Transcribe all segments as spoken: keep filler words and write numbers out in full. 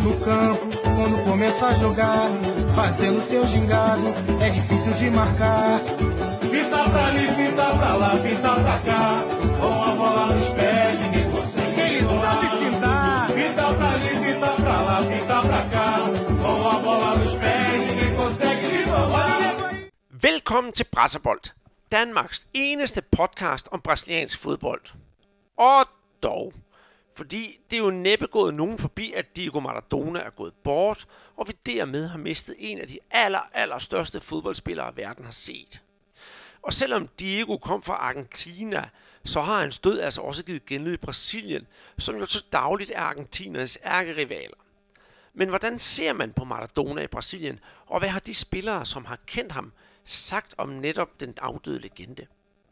no campo, quando começa a jogar, fazendo seu gingado, é difícil de marcar. Fita pra ali, fita pra lá, fita pra cá, com a bola nos pés, ninguém consegue. Ele sabe fintar. Fita pra ali, fita pra lá, fita pra cá, com a bola nos pés, ninguém consegue lhe roubar. Velkommen til Brasserbold, Danmarks eneste podcast om brasiliansk fodbold. Og dog, fordi det er jo næppe gået nogen forbi, at Diego Maradona er gået bort, og vi dermed har mistet en af de aller, aller største fodboldspillere, verden har set. Og selvom Diego kom fra Argentina, så har hans død altså også givet genlyd i Brasilien, som jo til dagligt er Argentinernes ærkerivaler. Men hvordan ser man på Maradona i Brasilien, og hvad har de spillere, som har kendt ham, sagt om netop den afdøde legende?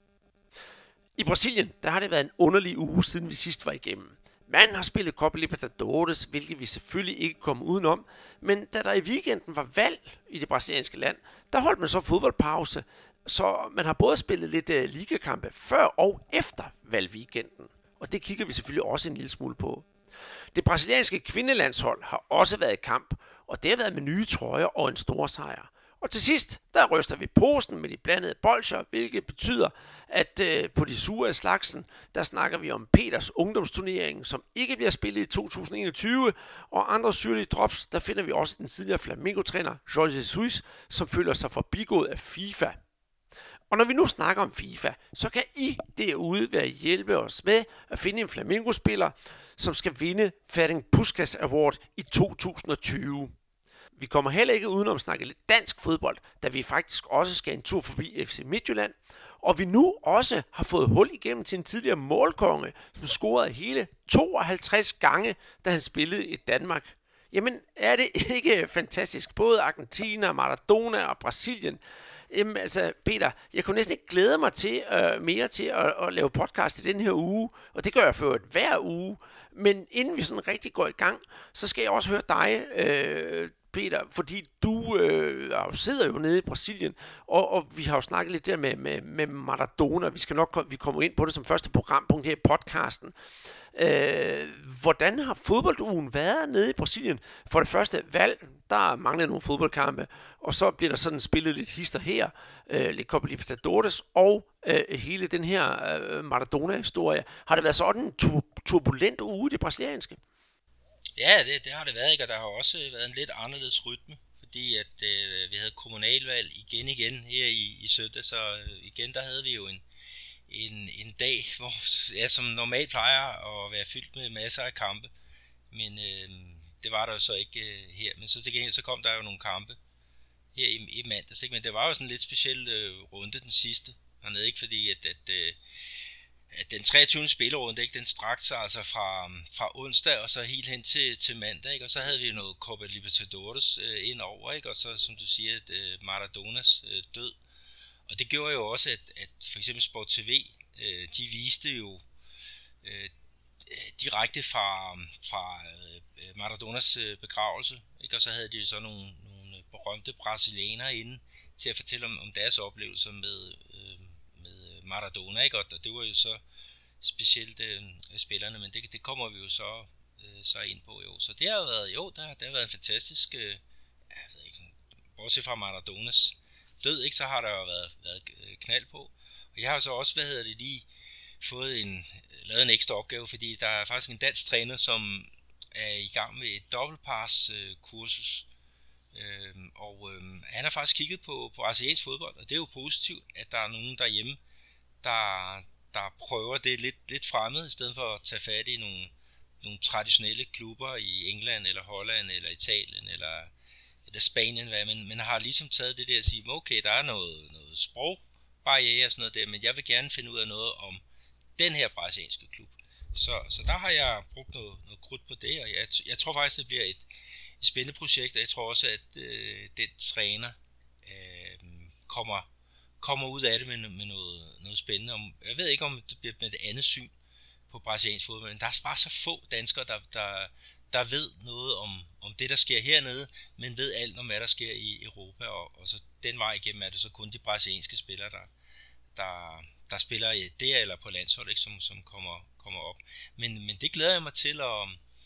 I Brasilien, der har det været en underlig uge, siden vi sidst var igennem. Man har spillet Copa Libertadores, hvilket vi selvfølgelig ikke kom udenom, men da der i weekenden var valg i det brasilianske land, der holdt man så fodboldpause, så man har både spillet lidt uh, ligakampe før og efter valgweekenden, og det kigger vi selvfølgelig også en lille smule på. Det brasilianske kvindelandshold har også været i kamp, og det har været med nye trøjer og en stor sejr. Og til sidst, der ryster vi posen med de blandede bolcher, hvilket betyder, at øh, på de sure af slagsen, der snakker vi om Peters ungdomsturnering, som ikke bliver spillet i to tusind enogtyve, og andre syrlige drops, der finder vi også den tidligere Flamengo-træner Jorge Jesus, som føler sig forbigået af FIFA. Og når vi nu snakker om FIFA, så kan I derude være hjælpe os med at finde en Flamengo-spiller, som skal vinde Ferenc Puskás Award i to tusind tyve. Vi kommer heller ikke udenom at snakke lidt dansk fodbold, da vi faktisk også skal en tur forbi F C Midtjylland, og vi nu også har fået hul igennem til en tidligere målkonge, som scorede hele tooghalvtreds gange, da han spillede i Danmark. Jamen, er det ikke fantastisk? Både Argentina, Maradona og Brasilien. Jamen, altså, Peter, jeg kunne næsten ikke glæde mig til øh, mere til at, at lave podcast i den her uge, og det gør jeg for hver uge. Men inden vi sådan rigtig går i gang, så skal jeg også høre dig, øh, Peter, fordi du øh, sidder jo nede i Brasilien, og, og vi har jo snakket lidt der med, med, med Maradona. Vi skal nok vi kommer ind på det som første programpunkt her i podcasten. Øh, hvordan har fodboldugen været nede i Brasilien? For det første valg, der mangler nogle fodboldkampe, og så bliver der sådan spillet lidt hister her, øh, lidt Copa Libertadores, og øh, hele den her øh, Maradona-historie. Har det været sådan en tur- turbulent uge i det brasilianske? Ja, det, det har det været, ikke? Og der har også været en lidt anderledes rytme, fordi at øh, vi havde kommunalvalg igen igen her i, i søndag, så øh, igen der havde vi jo en, en, en dag, hvor ja, som normalt plejer at være fyldt med masser af kampe, men øh, det var der jo så ikke øh, her, men så til gengæld så kom der jo nogle kampe her i, i mandags, ikke? Men det var jo sådan en lidt speciel øh, runde den sidste hernede, ikke? Fordi at, at øh, den treogtyvende spillerunde, ikke, den strakte sig altså fra, fra onsdag og så helt hen til, til mandag, ikke? Og så havde vi noget Copa Libertadores øh, ind over, ikke? Og så, som du siger, at, øh, Maradonas øh, død. Og det gjorde jo også, at, at for eksempel Sport T V, øh, de viste jo øh, direkte fra, fra øh, Maradonas øh, begravelse, ikke? Og så havde de så nogle, nogle berømte brasilianere inde til at fortælle om, om deres oplevelser med øh, Maradona, ikke? Og det var jo så specielt øh, spillerne, men det, det kommer vi jo så, øh, så ind på, jo. Så det har været, jo, der, der har været en fantastisk, øh, jeg ved ikke, bortset fra Maradonas død, ikke, så har der jo været, været knald på. Og jeg har så også, hvad hedder det, lige fået en, lavet en ekstra opgave, fordi der er faktisk en dansk træner, som er i gang med et dobbeltpars øh, kursus, øh, og øh, han har faktisk kigget på, på brasiliansk fodbold, og det er jo positivt, at der er nogen derhjemme, Der, der prøver det lidt, lidt fremmed, i stedet for at tage fat i nogle, nogle traditionelle klubber i England, eller Holland, eller Italien, eller, eller Spanien, hvad, men, men har ligesom taget det der at sige, okay, der er noget, noget sprogbarriere og sådan noget der, men jeg vil gerne finde ud af noget om den her brasilianske klub. Så, så der har jeg brugt noget, noget krudt på det, og jeg, jeg tror faktisk, det bliver et, et spændende projekt, og jeg tror også, at øh, den træner øh, kommer kommer ud af det med, med noget, noget spændende. Jeg ved ikke, om det bliver med et andet syn på brasiliansk fodbold, men der er bare så få danskere, der, der, der ved noget om, om det, der sker hernede, men ved alt om, hvad der sker i Europa, og, og så den vej igennem er det så kun de brasilianske spillere, der, der, der spiller i der eller på landshold, ikke, som, som kommer, kommer op. Men, men det glæder jeg mig til at,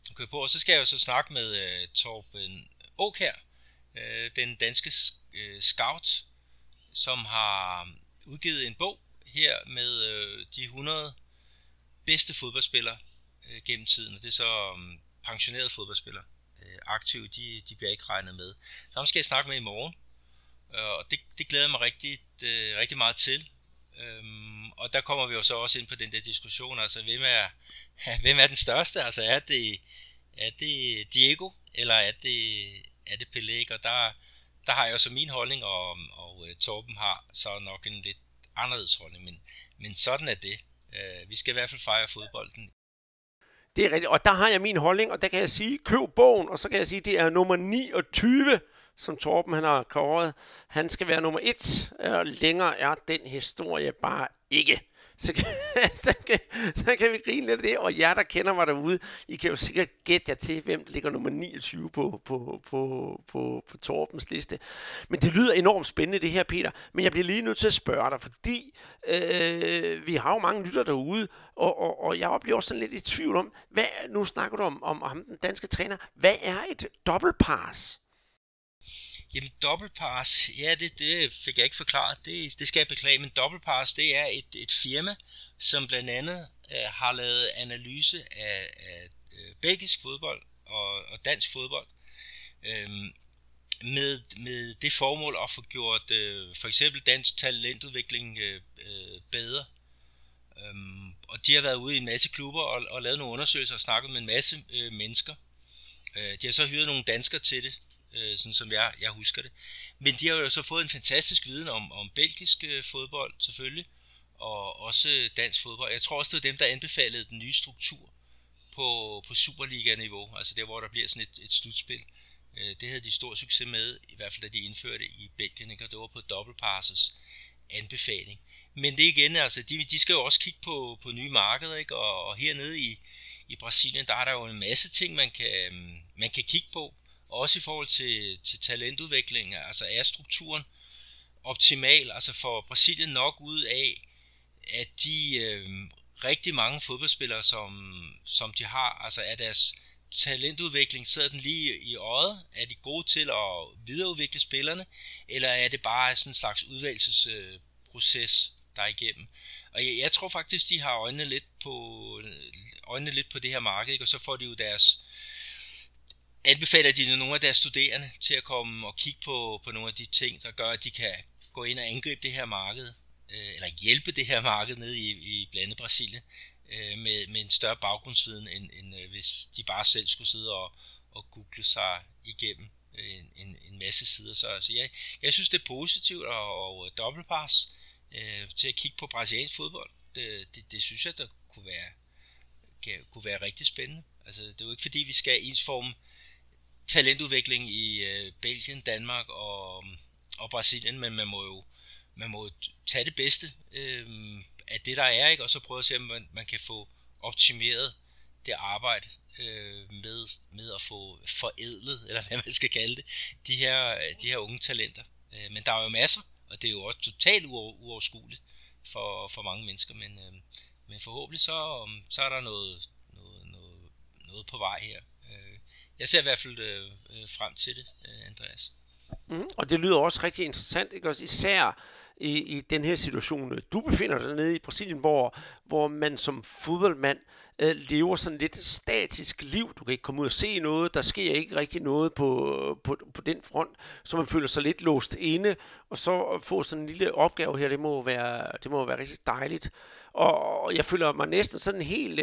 Okay, på. Og så skal jeg jo så snakke med øh, Torben Aakjær, øh, den danske øh, scout, som har udgivet en bog her med øh, de hundrede bedste fodboldspillere øh, gennem tiden. Og det er så um, pensionerede fodboldspillere. Øh, aktive, de, de bliver ikke regnet med. Så ham skal jeg snakke med i morgen. Øh, og det, det glæder jeg mig rigtig, øh, rigtig meget til. Øhm, og der kommer vi jo så også ind på den der diskussion, altså hvem er, hvem er den største? Altså er det, er det Diego, eller er det, er det Pelé? Og der, der har jeg jo så min holdning, og, og uh, Torben har så nok en lidt anderledes holdning, men, men sådan er det. Uh, vi skal i hvert fald fejre fodbolden. Det er rigtigt, og der har jeg min holdning, og der kan jeg sige, køb bogen, og så kan jeg sige, det er nummer niogtyve, som Torben han har kåret. Han skal være nummer et, og længere er den historie bare ikke. Så kan, så, kan, så kan vi grine lidt af det, og jer, der kender mig derude, I kan jo sikkert gætte jer til, hvem der ligger nummer niogtyve på, på, på, på, på Torbens liste. Men det lyder enormt spændende, det her, Peter. Men jeg bliver lige nødt til at spørge dig, fordi øh, vi har jo mange lytter derude, og, og, og jeg bliver også sådan lidt i tvivl om, hvad, nu snakker du om, om, om den danske træner, hvad er et dobbeltpass? Jamen dobbeltpass, ja det, det fik jeg ikke forklaret, det, det skal jeg beklage, men dobbeltpass det er et, et firma, som blandt andet øh, har lavet analyse af, af øh, belgisk fodbold og, og dansk fodbold, øh, med, med det formål at få gjort øh, for eksempel dansk talentudvikling øh, øh, bedre. Øh, og de har været ude i en masse klubber og, og lavet nogle undersøgelser og snakket med en masse øh, mennesker. Øh, de har så hyret nogle danskere til det, sådan som jeg, jeg husker det. Men de har jo så fået en fantastisk viden om, om belgisk fodbold selvfølgelig, og også dansk fodbold. Jeg tror også, det var dem, der anbefalede den nye struktur på, på Superliga-niveau, altså der, hvor der bliver sådan et, et slutspil. Det havde de stor succes med, i hvert fald da de indførte i Belgien, ikke? Og det var på dobbeltpasses anbefaling. Men det igen, altså, de, de skal jo også kigge på, på nye markeder, ikke? Og, og hernede i, i Brasilien, der er der jo en masse ting, man kan, man kan kigge på. Også i forhold til, til talentudvikling, altså er strukturen optimal, altså får Brasilien nok ud af, at de øh, rigtig mange fodboldspillere, som, som de har, altså er deres talentudvikling, sidder den lige i øjet, er de gode til at videreudvikle spillerne, eller er det bare sådan en slags udvalgelsesproces, der er igennem. Og jeg, jeg tror faktisk, de har øjnene lidt på, øjnene lidt på det her marked, ikke? Og så får de jo deres anbefaler de nogle af deres studerende til at komme og kigge på, på nogle af de ting, der gør, at de kan gå ind og angribe det her marked, øh, eller hjælpe det her marked ned i, i blandt andet Brasilien, øh, med, med en større baggrundsviden, end, end øh, hvis de bare selv skulle sidde og, og google sig igennem en, en, en masse sider. Så altså, jeg, jeg synes, det er positivt, og, og dobbeltpass øh, til at kigge på brasiliansk fodbold, det, det, det synes jeg, der kunne være, kan, kunne være rigtig spændende. Altså, det er jo ikke fordi, vi skal ensforme talentudvikling i øh, Belgien, Danmark og, og Brasilien, men man må jo man må tage det bedste øh, af det, der er, ikke? Og så prøve at se, om man, man kan få optimeret det arbejde øh, med, med at få forædlet, eller hvad man skal kalde det, de her, de her unge talenter. Øh, men der er jo masser, og det er jo også totalt uoverskueligt for, for mange mennesker, men, øh, men forhåbentlig så, så er der noget, noget, noget, noget på vej her. Øh, Jeg ser i hvert fald øh, frem til det, øh, Andreas. Mm, og det lyder også rigtig interessant, ikke? Også især i, i den her situation, du befinder dig nede i Brasilien, hvor, hvor man som fodboldmand øh, lever sådan lidt statisk liv. Du kan ikke komme ud og se noget, der sker ikke rigtig noget på, på, på den front, så man føler sig lidt låst inde, og så få sådan en lille opgave her, det må være, det må være rigtig dejligt. Og jeg føler mig næsten sådan helt,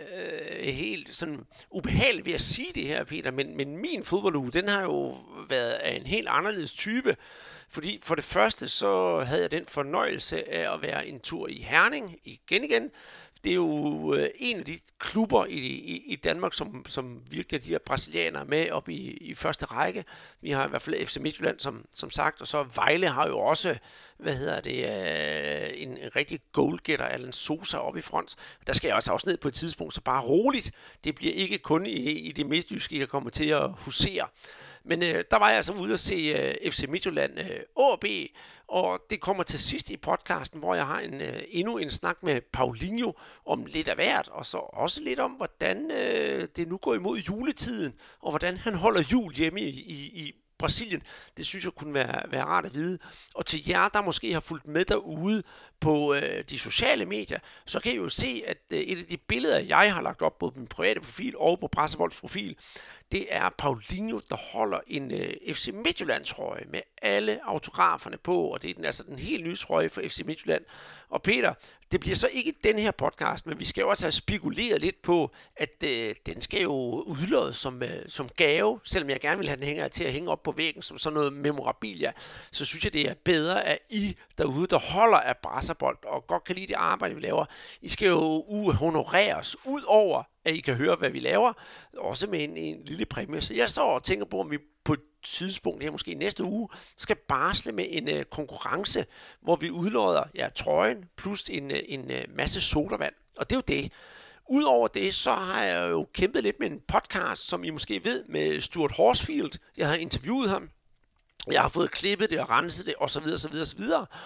øh, helt sådan ubehagelig ved at sige det her, Peter, men, men min fodbolduge, den har jo været af en helt anderledes type, fordi for det første, så havde jeg den fornøjelse af at være en tur i Herning igen igen. Det er jo øh, en af de klubber i, i, i Danmark, som, som virkelig de her brasilianere med op i, i første række. Vi har i hvert fald F C Midtjylland, som, som sagt, og så Vejle har jo også, hvad hedder det, øh, en, en rigtig goalgetter, Alan Sosa op i front. Der skal jeg også også ned på et tidspunkt, så bare roligt. Det bliver ikke kun i, i det midtjyske, jeg kommer til at husere. Men øh, der var jeg altså ude at se øh, F C Midtjylland øh, A B, og det kommer til sidst i podcasten, hvor jeg har en, øh, endnu en snak med Paulinho om lidt af hvert, og så også lidt om, hvordan øh, det nu går imod juletiden, og hvordan han holder jul hjemme i, i, i Brasilien. Det synes jeg kunne være, være rart at vide. Og til jer, der måske har fulgt med derude på øh, de sociale medier, så kan I jo se, at øh, et af de billeder, jeg har lagt op på min private profil og på Brasserbolds profil, det er Paulinho, der holder en øh, F C Midtjylland trøje med alle autograferne på, og det er den, altså den helt nye trøje for F C Midtjylland. Og Peter, det bliver så ikke den her podcast, men vi skal jo også have spekuleret lidt på, at øh, den skal jo udlådes som, øh, som gave, selvom jeg gerne vil have den hænger til at hænge op på væggen som sådan noget memorabilia, så synes jeg, det er bedre, at I derude, der holder af Brasserbold og godt kan lide det arbejde, vi laver, I skal jo honoreres ud over, at I kan høre, hvad vi laver, også med en, en lille præmie. Så jeg står og tænker på, om vi på et tidspunkt her, måske næste uge, skal barsle med en uh, konkurrence, hvor vi udlodder ja, trøjen plus en, uh, en uh, masse sodavand. Og det er jo det. Udover det, så har jeg jo kæmpet lidt med en podcast, som I måske ved, med Stuart Horsfield. Jeg har interviewet ham. Jeg har fået klippet det og renset det, osv. osv. osv.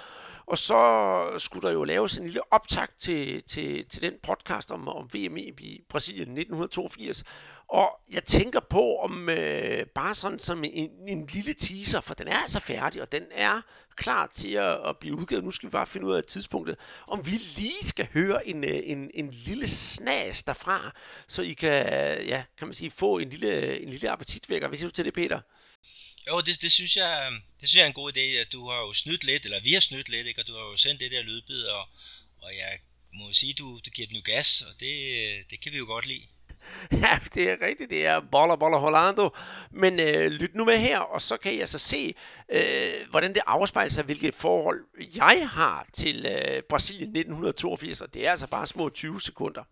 Og så skulle der jo laves en lille optakt til, til, til den podcast om, om V M i Brasilien nitten toogfirs. Og jeg tænker på, om øh, bare sådan som en, en lille teaser, for den er altså færdig, og den er klar til at, at blive udgivet. Nu skal vi bare finde ud af tidspunktet, om vi lige skal høre en, en, en lille snas derfra, så I kan, ja, kan man sige, få en lille, en lille appetitvækker. Hvad siger du til det, Peter? Jo, det, det, synes jeg, det synes jeg er en god idé, at du har jo snydt lidt, eller vi har snydt lidt, ikke? Og du har jo sendt det der lydbid, og, og jeg må sige, du, du giver den jo gas, og det, det kan vi jo godt lide. Ja, det er rigtigt, det er boller, boller, Holando. Men øh, lyt nu med her, og så kan I altså se, øh, hvordan det afspejler sig, hvilket forhold jeg har til øh, Brasilien nitten toogfirs, og det er altså bare små tyve sekunder.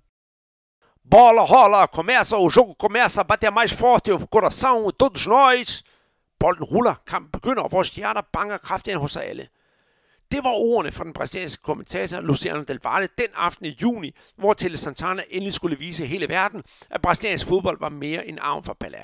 Bola rola, começa, o jogo começa a bater mais forte o coração, todos nós. Bolden ruller, kampen begynder, og vores hjerter banker kraftigere hos alle. Det var ordene fra den brasilianske kommentator Luciano Del Valle den aften i juni, hvor Tele Santana endelig skulle vise hele verden, at brasiliansk fodbold var mere end arven for Pelé.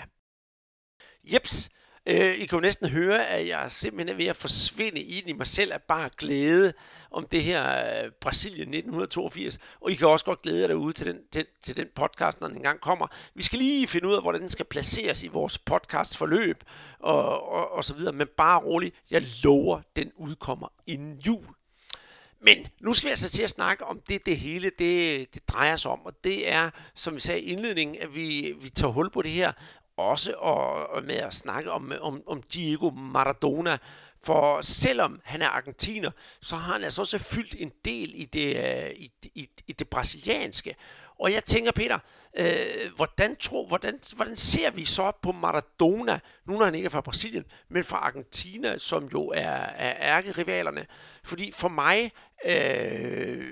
Jeps, øh, I kan jo næsten høre, at jeg simpelthen er ved at forsvinde ind i mig selv af bare glæde om det her øh, Brasilien nitten toogfirs, og I kan også godt glæde jer derude til den, til, til den podcast, når den engang kommer. Vi skal lige finde ud af, hvordan den skal placeres i vores podcastforløb, og, og, og så videre, men bare roligt, jeg lover, den udkommer inden jul. Men nu skal vi altså til at snakke om det, det hele det, det drejer sig om, og det er, som vi sagde i indledningen, at vi, vi tager hul på det her, også og, og med at snakke om, om, om Diego Maradona. For selvom han er argentiner, så har han altså også fyldt en del i det, i, i, i det brasilianske. Og jeg tænker, Peter, øh, hvordan, tro, hvordan, hvordan ser vi så på Maradona, nu når han ikke er fra Brasilien, men fra Argentina, som jo er, er ærkerivalerne? Fordi for mig, øh,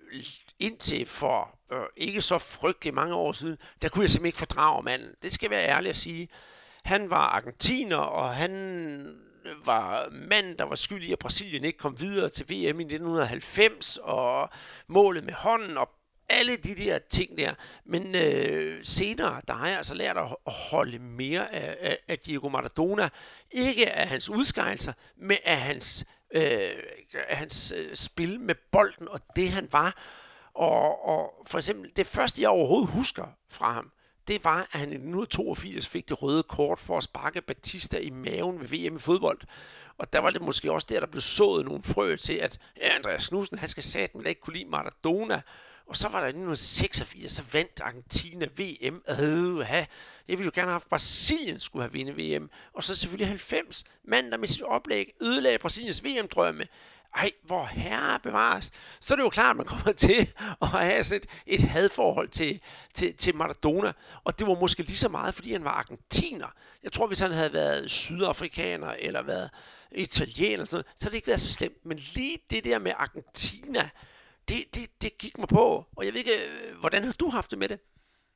indtil for øh, ikke så frygtelig mange år siden, der kunne jeg simpelthen ikke fordrage manden. Det skal jeg være ærlig at sige. Han var argentiner, og han var mand, der var skyldig i, at Brasilien ikke kom videre til V M i nitten halvfems, og målet med hånden, og alle de der ting der. Men øh, senere, der har jeg altså lært at holde mere af, af, af Diego Maradona. Ikke af hans udskejelser, men af hans, øh, af hans øh, spil med bolden, og det han var. Og, og for eksempel, det første jeg overhovedet husker fra ham, det var, at han i nitten toogfirs fik det røde kort for at sparke Batista i maven ved V M i fodbold. Og der var det måske også der, der blev sået nogle frø til, at ja, Andreas Knudsen, han skal satme ikke kunne lide Maradona. Og så var der i nitten seksogfirs, så vandt Argentina V M. Øh, jeg ville jo gerne have haft Brasilien skulle have vundet V M. Og så selvfølgelig halvfems. Manden, der med sit oplæg ødelagde Brasiliens V M-drømme. Ej, hvor herre bevares. Så er det jo klart, at man kommer til at have sådan et, et hadforhold til, til, til Maradona. Og det var måske lige så meget, fordi han var argentiner. Jeg tror, hvis han havde været sydafrikaner eller været italiener, så havde det ikke været så slemt. Men lige det der med Argentina, det, det, det gik mig på. Og jeg ved ikke, hvordan har du haft det med det?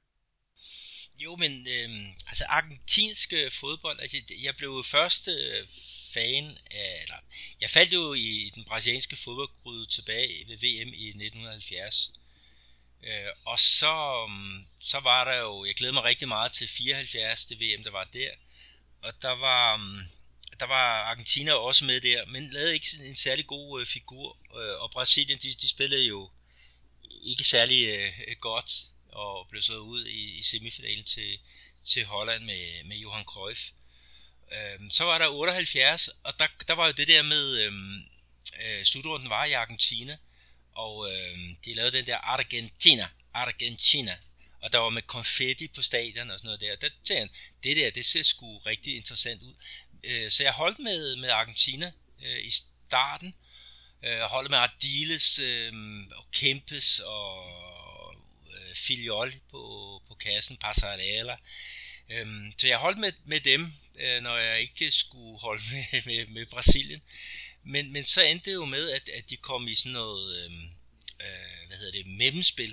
Jo, men øh, altså argentinsk fodbold, altså jeg blev først øh, fan af, eller jeg faldt jo i den brasilianske fodboldgryde tilbage ved V M i nitten halvfjerds. Øh, og så, så var der jo, jeg glæder mig rigtig meget til fireoghalvfjerds, det V M der var der. og der var, der var Argentina også med der, men lavede ikke en særlig god øh, figur, øh, og Brasilien, de, de spillede jo ikke særlig øh, godt, og blev slået ud i, i semifinalen til, til Holland med, med Johan Cruyff. Øh, så var der otteoghalvfjerds, og der, der var jo det der med, øh, øh, slutrunden var i Argentina, og øh, de lavede den der Argentina, Argentina, og der var med konfetti på stadion og sådan noget der. Der tænkte jeg, det der, det ser sgu rigtig interessant ud. Øh, så jeg holdt med, med Argentina øh, i starten. Jeg øh, holdt med Ardiles øh, og Kempes og øh, Filiol på, på kassen, Passarella. Øh, så jeg holdt med, med dem, øh, når jeg ikke skulle holde med, med, med Brasilien. Men, men så endte det jo med, at, at de kom i sådan noget, øh, øh, hvad hedder det, mellemspil.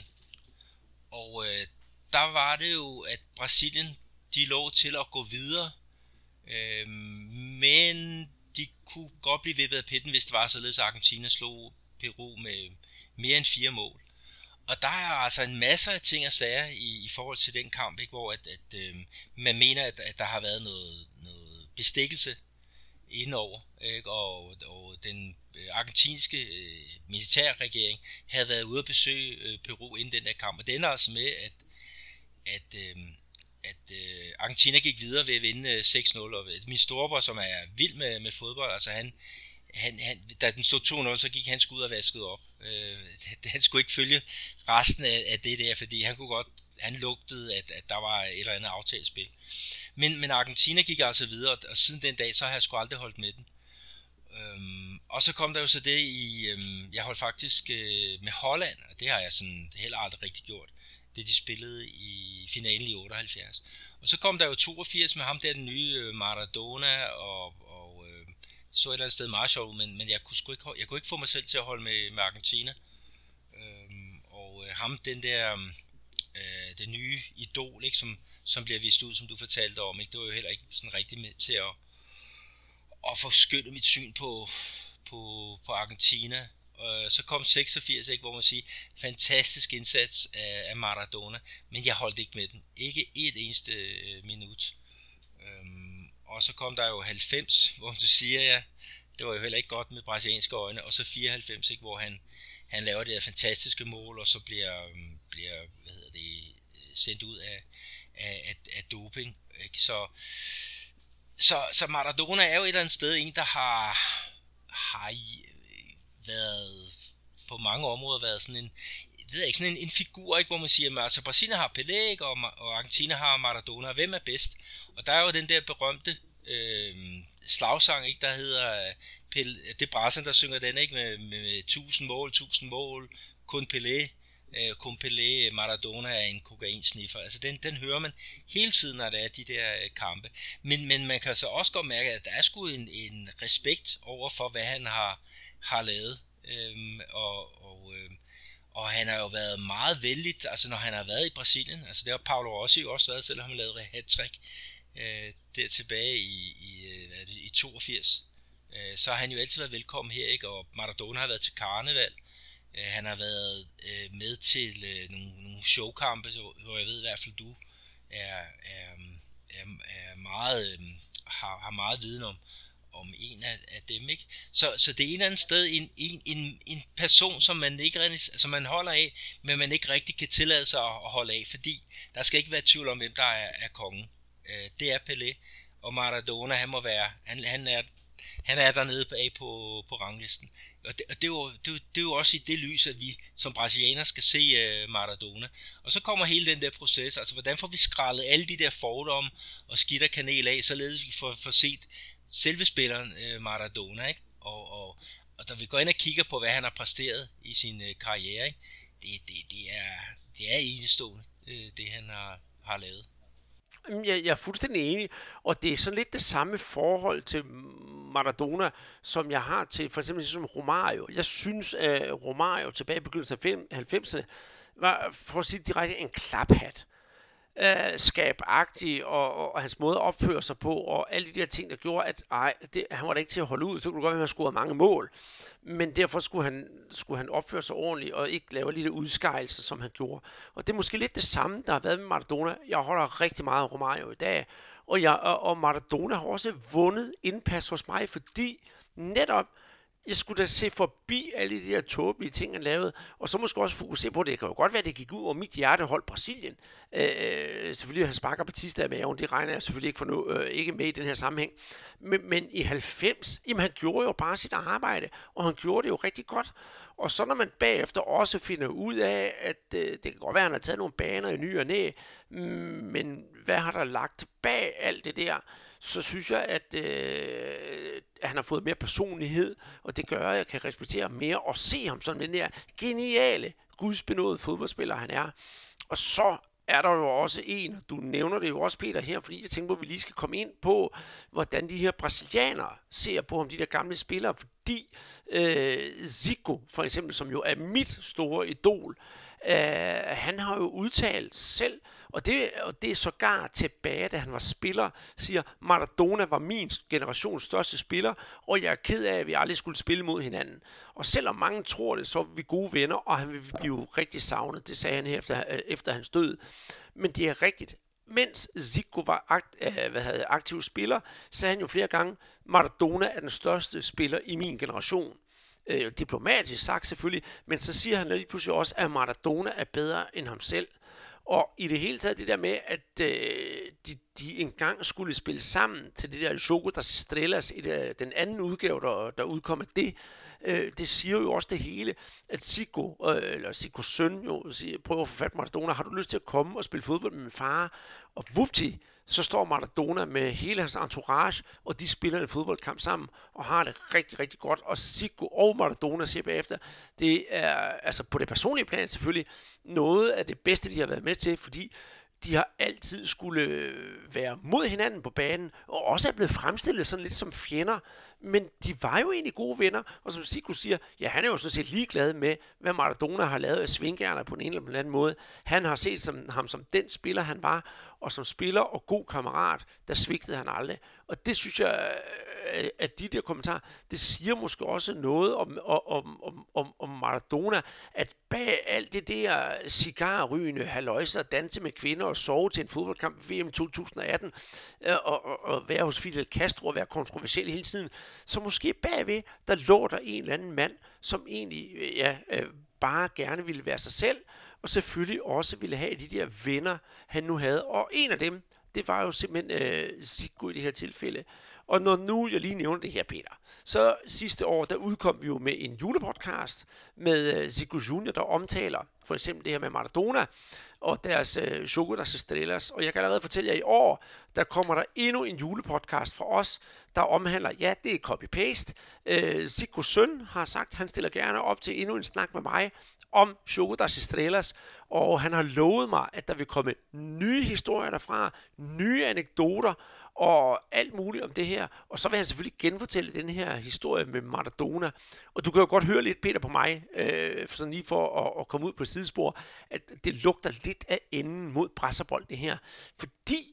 Og øh, der var det jo, at Brasilien, de lå til at gå videre, øh, men de kunne godt blive vippet af pitten, hvis det var således, at Argentina slog Peru med mere end fire mål. Og der er altså en masse af ting og sager i, i forhold til den kamp, ikke, hvor at, at, øh, man mener, at, at der har været noget, noget bestikkelse indover, ikke? Og, og den argentinske øh, militærregering havde været ude at besøge øh, Peru inden den der kamp, og det ender altså med, at, at, øh, at øh, Argentina gik videre ved at vinde øh, seks nul, og min storebror, som er vild med, med fodbold, altså han, han, han, da den stod to nul, så gik han sgu ud og vaskede op. Øh, han skulle ikke følge resten af, af det der, fordi han kunne godt, han lugtede, at, at der var et eller andet aftalespil. Men, men Argentina gik altså videre, og siden den dag, så har jeg sgu aldrig holdt med den. Øhm, og så kom der jo så det i, øhm, jeg holdt faktisk øh, med Holland, og det har jeg sådan heller aldrig rigtig gjort, det de spillede i finalen i otteoghalvfjerds. Og så kom der jo toogfirs med ham der, den nye øh, Maradona, og, og øh, så et eller andet sted meget sjovt, men, men jeg, kunne sgu ikke, jeg kunne ikke få mig selv til at holde med, med Argentina. Øhm, og øh, ham, den der, øh, den nye idol, ikke, som, som bliver vist ud, som du fortalte om, ikke, det var jo heller ikke sådan rigtig med til at og forskynde mit syn på, på, på Argentina. Og så kom seksogfirs, ikke, hvor man siger, fantastisk indsats af, af Maradona, men jeg holdt ikke med den. Ikke et eneste øh, minut. Øhm, og så kom der jo halvfems, hvor du siger, ja, det var jo heller ikke godt med brasilianske øjne, og så fireoghalvfems, ikke, hvor han, han laver det her fantastiske mål, og så bliver, bliver hvad hedder det, sendt ud af, af, af, af doping. Ikke? Så Så, så Maradona er jo et eller andet sted en, der har, har været på mange områder været sådan en, ved jeg ikke, sådan en, en figur, ikke, hvor man siger, altså Brasilien har Pelé, ikke, og, og Argentina har Maradona, hvem er bedst? Og der er jo den der berømte øh, slagsang, ikke, der hedder Pelé, det er Brassen, der synger den, ikke, med, med tusind mål, tusind mål, kun Pelé. Kun Pelé, Maradona er en kokainsniffer. Altså den, den hører man hele tiden, når der er de der kampe. Men, men man kan så også godt mærke, at der er sgu en, en respekt over for, hvad han har, har lavet. Øhm, og, og, øhm, og han har jo været meget vældigt, altså når han har været i Brasilien. Altså det har Paulo Rossi jo også været, selvom han lavede hat-trick øh, der tilbage i, i, øh, i toogfirs. Øh, så har han jo altid været velkommen her, ikke? Og Maradona har været til karneval. Han har været øh, med til øh, nogle, nogle showkampe, hvor jeg ved i hvert fald, du er, er, er, er meget, øh, har, har meget viden om, om en af, af dem, ikke? Så, så det er en eller anden sted en, en, en, en person, som man, ikke, som man holder af, men man ikke rigtig kan tillade sig at holde af, fordi der skal ikke være tvivl om, hvem der er, er kongen. Øh, det er Pelé, og Maradona, han må være, han, han, er, han er dernede bag på, på ranglisten. Og det, og det, er jo, det, er jo, det er jo også i det lys, at vi som brasilianer skal se uh, Maradona. Og så kommer hele den der proces, altså hvordan får vi skrællet alle de der fordomme og skidt kanel af, således vi får, får set selve spilleren uh, Maradona, ikke? Og, og, og når vi går ind og kigger på, hvad han har præsteret i sin uh, karriere, ikke? Det, det, det, er, det er enestående, uh, det han har, har lavet. Jeg, jeg er fuldstændig enig, og det er sådan lidt det samme forhold til Maradona, som jeg har til for eksempel som Romario. Jeg synes, at Romario tilbage i begyndelsen af halvfemserne var, for at sige direkte, en klaphat. Uh, skabagtig, og, og, og hans måde at opføre sig på, og alle de der ting, der gjorde, at ej, det, han var da ikke til at holde ud, så kunne det godt være, at han scorede mange mål, men derfor skulle han, skulle han opføre sig ordentligt, og ikke lave lidt udskejelse, som han gjorde. Og det er måske lidt det samme, der har været med Maradona. Jeg holder rigtig meget af Romario i dag, Og, jeg, og, og Maradona har også vundet indpas hos mig, fordi netop jeg skulle da se forbi alle de der tåbelige ting, han lavede, og så måske også fokusere på det. Det kan jo godt være, at det gik ud over mit hjertehold Brasilien. Øh, selvfølgelig, han sparker Batista af maven, det regner jeg selvfølgelig ikke, for nu, øh, ikke med i den her sammenhæng. Men, men i halvfems, jamen han gjorde jo bare sit arbejde, og han gjorde det jo rigtig godt. Og så når man bagefter også finder ud af, at øh, det kan godt være, at han har taget nogle baner i ny og næ, men hvad har der lagt bag alt det der? Så synes jeg, at øh, han har fået mere personlighed, og det gør, at jeg kan respektere mere og se ham som den der geniale, gudsbenåede fodboldspiller, han er. Og så er der jo også en, du nævner det jo også, Peter, her, fordi jeg tænker på, at vi lige skal komme ind på, hvordan de her brasilianere ser på ham, de der gamle spillere, fordi øh, Zico, for eksempel, som jo er mit store idol, øh, han har jo udtalt selv, og det, og det er sågar tilbage, da han var spiller, siger, Maradona var min generations største spiller, og jeg er ked af, at vi aldrig skulle spille mod hinanden. Og selvom mange tror det, så er vi gode venner, og han vil blive rigtig savnet. Det sagde han her efter, efter hans død. Men det er rigtigt. Mens Zico var akt, øh, hvad havde, aktiv spiller, sagde han jo flere gange, Maradona er den største spiller i min generation. Øh, diplomatisk sagt selvfølgelig, men så siger han lige pludselig også, at Maradona er bedre end ham selv. Og i det hele taget det der med, at øh, de, de engang skulle spille sammen til det der Jogo das Estrelas, i det, den anden udgave, der, der udkom af det, øh, det siger jo også det hele, at Zico, øh, eller Zicos søn jo, siger, prøver at få fat Maradona, har du lyst til at komme og spille fodbold med min far? Og vupti, så står Maradona med hele hans entourage, og de spiller en fodboldkamp sammen, og har det rigtig, rigtig godt. Og Zico og Maradona siger bagefter, det er altså på det personlige plan selvfølgelig noget af det bedste, de har været med til, fordi de har altid skulle være mod hinanden på banen, og også er blevet fremstillet sådan lidt som fjender, men de var jo egentlig gode venner, og som Zico siger, ja, han er jo sådan set ligeglad med, hvad Maradona har lavet af svingærner på en eller anden, anden måde. Han har set som, ham som den spiller, han var, og som spiller og god kammerat, der svigtede han aldrig. Og det synes jeg, at de der kommentarer, det siger måske også noget om, om, om, om, om Maradona, at bag alt det der cigarrygende, halløjser, danse med kvinder og sove til en fodboldkamp i V M to tusind atten, og, og, og være hos Fidel Castro og være kontroversiel hele tiden, så måske bagved, der lå der en eller anden mand, som egentlig ja, bare gerne ville være sig selv, og selvfølgelig også ville have de der venner, han nu havde. Og en af dem, det var jo simpelthen øh, Zico i det her tilfælde. Og når nu jeg lige nævner det her, Peter, så sidste år, der udkom vi jo med en julepodcast med øh, Zico Junior, der omtaler for eksempel det her med Maradona og deres øh, Jogo das Estrelas. Og jeg kan allerede fortælle jer, i år, der kommer der endnu en julepodcast fra os, der omhandler, ja, det er copy-paste. Øh, Zicos søn har sagt, han stiller gerne op til endnu en snak med mig om Jogo das Estrelas, og han har lovet mig, at der vil komme nye historier derfra, nye anekdoter, og alt muligt om det her. Og så vil han selvfølgelig genfortælle den her historie med Maradona. Og du kan jo godt høre lidt, Peter, på mig, øh, for sådan lige for at, at komme ud på et sidespor, at det lugter lidt af enden mod Brasserbold, det her. Fordi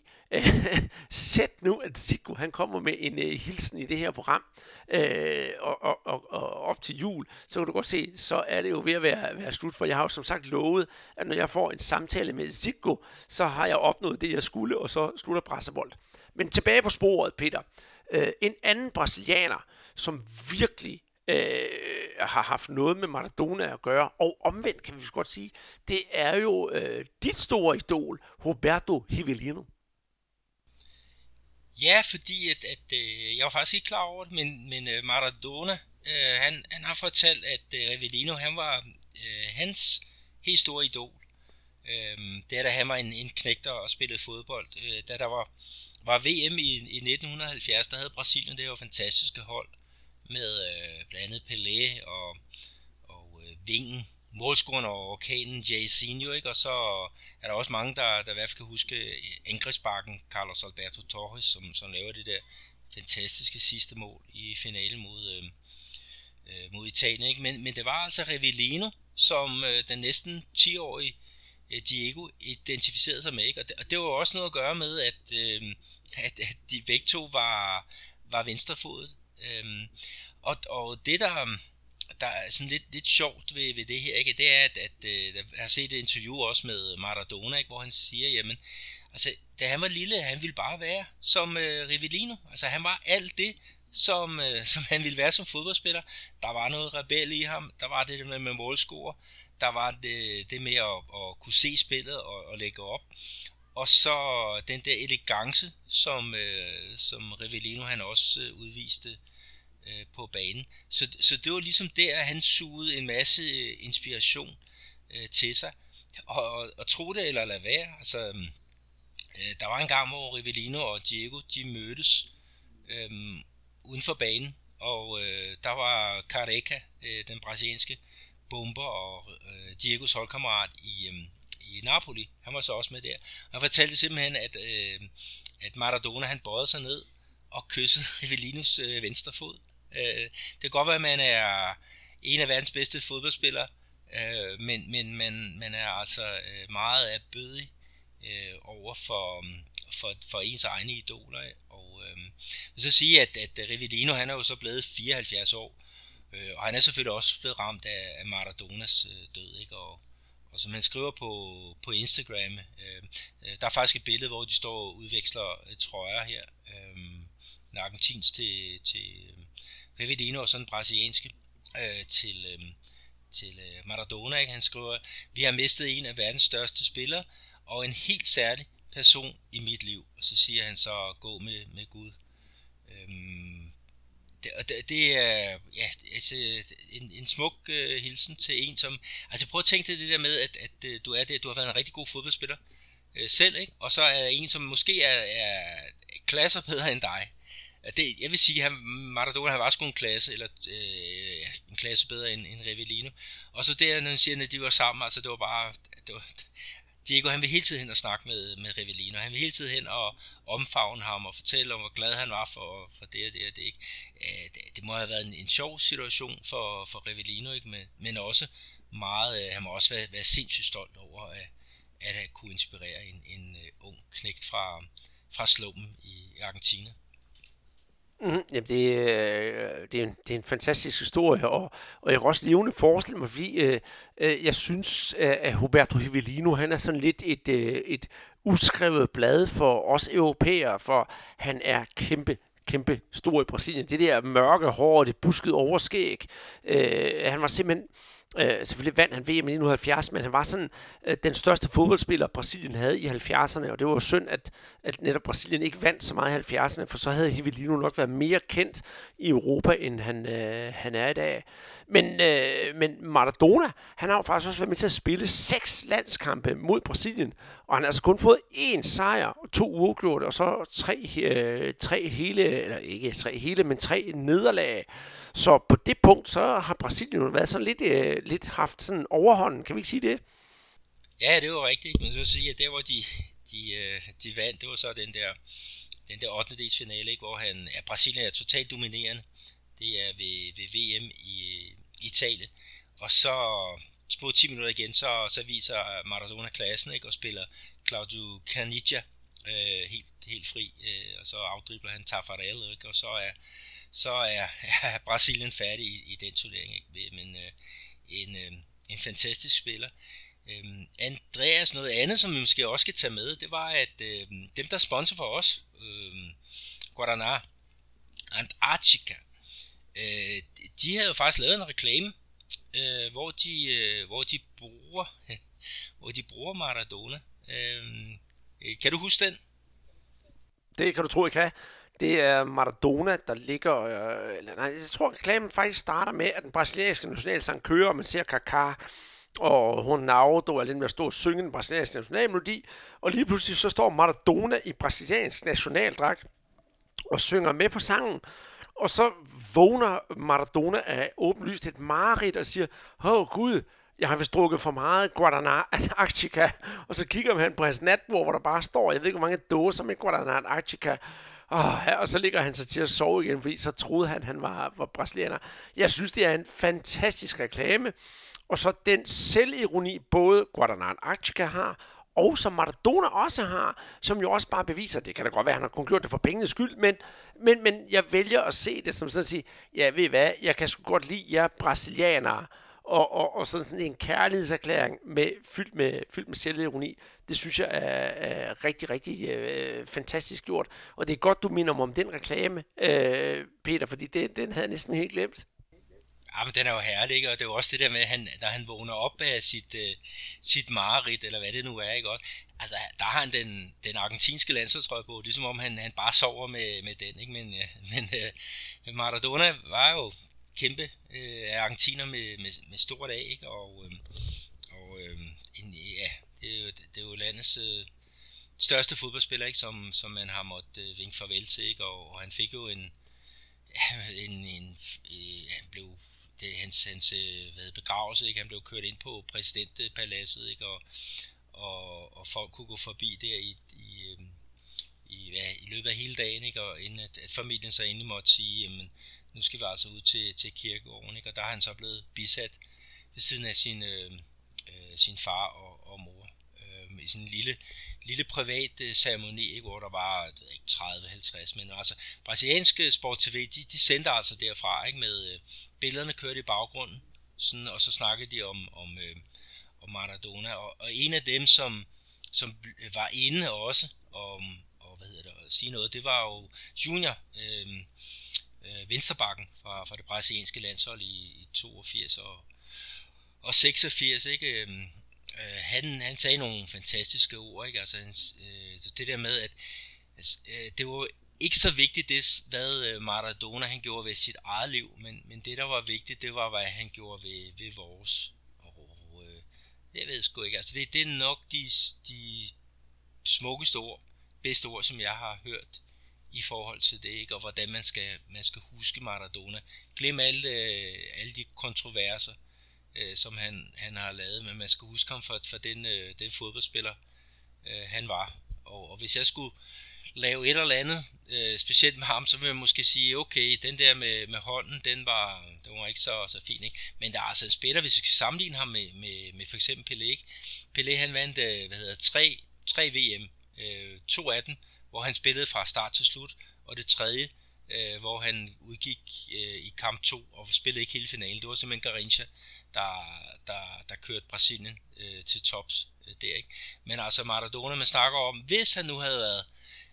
sæt nu, at Zico, han kommer med en uh, hilsen i det her program, øh, og, og, og, og op til jul, så kan du godt se, så er det jo ved at være, være slut, for jeg har jo som sagt lovet, at når jeg får en samtale med Zico, så har jeg opnået det, jeg skulle, og så slutter Brasserbold. Men tilbage på sporet, Peter. Øh, en anden brasilianer, som virkelig øh, har haft noget med Maradona at gøre, og omvendt kan vi godt sige, det er jo øh, dit store idol, Roberto Rivelino. Ja, fordi at, at, øh, jeg var faktisk ikke klar over det, men, men øh, Maradona, øh, han, han har fortalt, at øh, Rivelino, han var øh, hans helt store idol. Øh, det er da han var en, en knægter og spillede fodbold. Øh, da der var, var V M i, i nitten halvfjerds, der havde Brasilien det her fantastiske hold med øh, blandt andet Pelé og, og øh, Vingen, målscoren og orkanen Jairzinho, ikke? Og så er der også mange, der, der i hvert fald kan huske angrebsbakken Carlos Alberto Torres, som, som laver det der fantastiske sidste mål i finalen mod, øh, øh, mod Italien, ikke? Men, men det var altså Rivelino, som øh, den næsten ti-årige øh, Diego identificerede sig med, ikke? Og det, og det var også noget at gøre med, at, øh, at, at de begge to var, var venstrefodet. Øh, og, og det der... der er sådan lidt, lidt sjovt ved, ved det her, ikke? Det er, at, at, at jeg har set et interview også med Maradona, ikke? Hvor han siger, jamen, altså, da han var lille, han ville bare være som øh, Rivellino. Altså, han var alt det, som, øh, som han ville være som fodboldspiller. Der var noget rebel i ham. Der var det med, med målscorer. Der var det, det med at, at kunne se spillet og, og lægge op. Og så den der elegance, som, øh, som Rivellino han også øh, udviste øh, på banen. Så, så det var ligesom der, at han sugede en masse inspiration øh, til sig. Og, og, og tro det eller lade være. Altså, øh, der var en gang, hvor Rivellino og Diego, de mødtes øh, uden for banen. Og øh, der var Careca, øh, den brasilianske bomber, og øh, Diegos holdkammerat i... Øh, i Napoli, han var så også med der. Han fortalte simpelthen, at, øh, at Maradona, han bøjede sig ned og kyssede Rivellinos øh, venstre fod. Øh, det kan godt være, at man er en af verdens bedste fodboldspillere, øh, men, men man, man er altså øh, meget erbødig øh, over for, for, for ens egne idoler. Og øh, jeg vil så sige, at, at Rivellino, han er jo så blevet fireoghalvfjerds år, øh, og han er selvfølgelig også blevet ramt af, af Maradonas øh, død, ikke? Og Og som han skriver på, på Instagram, øh, der er faktisk et billede, hvor de står og udveksler øh, trøjer her. Øh, en argentins til, til øh, Rivellino og sådan en brasilianske øh, til, øh, til øh, Maradona. Ikke? Han skriver, vi har mistet en af verdens største spillere og en helt særlig person i mit liv. Og så siger han så, gå med, med Gud. Øh, Det, det, det er ja, altså, en, en smuk uh, hilsen til en, som... Altså prøv at tænke dig det der med, at, at uh, du er det, du har været en rigtig god fodboldspiller uh, selv, ikke? Og så er en, som måske er, er klasser bedre end dig. Det, jeg vil sige, at Maradona han var sgu en klasse, eller uh, en klasse bedre end, end Rivellino. Og så der, når han siger, at de var sammen, altså det var bare... Det var, Diego, han vil hele tiden hen og snakke med, med Rivellino. Han vil hele tiden hen og omfavne ham og fortælle om, hvor glad han var for, for det og det og det. Ikke? Det, det må have været en, en sjov situation for, for Rivellino, ikke? Men, men også meget, han må også være, være sindssygt stolt over at, at have kunne inspirere en, en uh, ung knægt fra, fra slummen i Argentina. Mm, jamen det, øh, det, er en, det er en fantastisk historie, og, og jeg kan også levende forestille mig, fordi øh, øh, jeg synes, at Roberto Rivellino, han er sådan lidt et, øh, et uskrevet blad for os europæere, for han er kæmpe, kæmpe stor i Brasilien. Det der mørke hår, det buskede overskæg, øh, han var simpelthen... Øh, selvfølgelig vandt han V M i nitten halvfjerds, men han var sådan øh, den største fodboldspiller, Brasilien havde i halvfjerdserne, og det var jo synd, at, at netop Brasilien ikke vandt så meget i halvfjerdserne, for så havde Rivellino nok været mere kendt i Europa, end han, øh, han er i dag. Men, øh, men Maradona, han har jo faktisk også været med til at spille seks landskampe mod Brasilien, og han har altså kun fået én sejr, to uafgjorte, og så tre, øh, tre hele, eller ikke tre hele, men tre nederlag. Så på det punkt, så har Brasilien været sådan lidt, øh, lidt haft sådan overhånden, kan vi ikke sige det? Ja, det var rigtigt, men så sige, at der hvor de, de, de vandt, det var så den der, den der ottendedelsfinale, ikke, hvor han, ja, Brasilien er totalt dominerende. Det er ved, ved V M i Italien, og så små ti minutter igen, så, så viser Maradona klassen, ikke, og spiller Claudio Caniggia øh, helt, helt fri, øh, og så afdribler han Taffarel, ikke, og så er så er, er Brasilien færdig i, i den turnering, ikke? Men øh, en, øh, en fantastisk spiller. Øh, Andreas, noget andet, som vi måske også skal tage med, det var, at øh, dem, der sponsor for os, øh, Guaraná Antarctica, øh, de havde jo faktisk lavet en reklame, øh, hvor, de, øh, hvor, de bruger, hvor de bruger Maradona. Øh, kan du huske den? Det kan du tro, jeg kan. Det er Maradona, der ligger... Øh, eller nej, jeg tror, at reklamen faktisk starter med, at den brasilianske nationalsang kører, og man ser Kaká og Ronaldo er lidt med at stå og synge den brasilianske nationalmelodi, og lige pludselig så står Maradona i brasiliansk nationaldragt og synger med på sangen, og så vågner Maradona af åbenlyst et mareridt og siger, åh Gud, jeg har vist drukket for meget Guaraná Antarctica, og så kigger han på hans natbord, hvor der bare står, jeg ved ikke, hvor mange dåser med Guaraná Antarctica. Oh, og så ligger han så til at sove igen, fordi så troede han, han var, var brasilianer. Jeg synes, det er en fantastisk reklame. Og så den selvironi, både Guaraná Antarctica har, og som Maradona også har, som jo også bare beviser, det kan da godt være, han har kun gjort det for pengenes skyld, men, men, men jeg vælger at se det som sådan at sige, ja, ved I hvad, jeg kan sgu godt lide jer brasilianere, og, og, og sådan, sådan en kærlighedserklæring med, fyldt, med, fyldt med selvironi, det synes jeg er, er rigtig, rigtig øh, fantastisk gjort. Og det er godt, du minder mig om den reklame, øh, Peter, fordi det, den havde jeg næsten helt glemt. Ja, men den er jo herlig, ikke? Og det er jo også det der med, at han, når han vågner op af sit, uh, sit mareridt, eller hvad det nu er, ikke? Og, altså, der har han den, den argentinske landsholdstrøje på, ligesom om han, han bare sover med, med den, ikke? Men, uh, men uh, Maradona var jo kæmpe uh, argentiner med, med, med stort A, ikke? Og, uh, og uh, en, ja, det er, jo, det er jo landets uh, største fodboldspiller, ikke? Som, som man har måttet uh, vinke farvel til, ikke? Og, og han fik jo en, en, en, en uh, han blev det hans, hans hvad, begravelse, ikke? Han blev kørt ind på præsidentpaladset, ikke? Og, og, og folk kunne gå forbi der i, i, i, ja, i løbet af hele dagen, ikke? Og inden at, at familien så endelig måtte sige, jamen, nu skal vi altså ud til, til kirkegården, ikke? Og der er han så blevet bisat ved siden af sin, øh, sin far og, og mor øh, i sådan en lille, lille privat øh, ceremoni, ikke? Hvor der var tredive halvtreds, men altså brasilianske Sport T V, de, de sendte altså derfra, ikke? Med øh, billederne kørte i baggrunden, sådan, og så snakkede de om, om, øh, om Maradona, og, og en af dem, som, som var inde også, om, og hvad hedder det, at sige noget, det var jo Junior, øh, øh, venstrebacken fra, fra det brasilianske landshold i, i toogfirs og, og seksogfirs, ikke? Øh, han, han sagde nogle fantastiske ord, ikke? Altså, øh, det der med, at øh, det var ikke så vigtigt, det, hvad Maradona han gjorde ved sit eget liv, men, men det, der var vigtigt, det var, hvad han gjorde ved, ved vores. Og øh, jeg ved sgu ikke, altså det, det er nok de, de smukkeste ord, bedste ord, som jeg har hørt i forhold til det, ikke? Og hvordan man skal, man skal huske Maradona. Glem alle, alle de kontroverser, øh, som han, han har lavet, men man skal huske ham for, for den, øh, den fodboldspiller, øh, han var. Og, og hvis jeg skulle lave et eller andet, øh, specielt med ham, så vil jeg måske sige, okay, den der med, med hånden, den var, den var ikke så, så fin, ikke? Men der er altså en spiller, hvis vi skal sammenligne ham med, med, med for eksempel Pelé, ikke? Pelé, han vandt, øh, hvad hedder, tre, tre V M, øh, to af dem, hvor han spillede fra start til slut, og det tredje, øh, hvor han udgik øh, i kamp to, og spillede ikke hele finalen. Det var simpelthen Garrincha, der, der, der kørte Brasilien øh, til tops øh, der, ikke? Men altså Maradona, man snakker om, hvis han nu havde været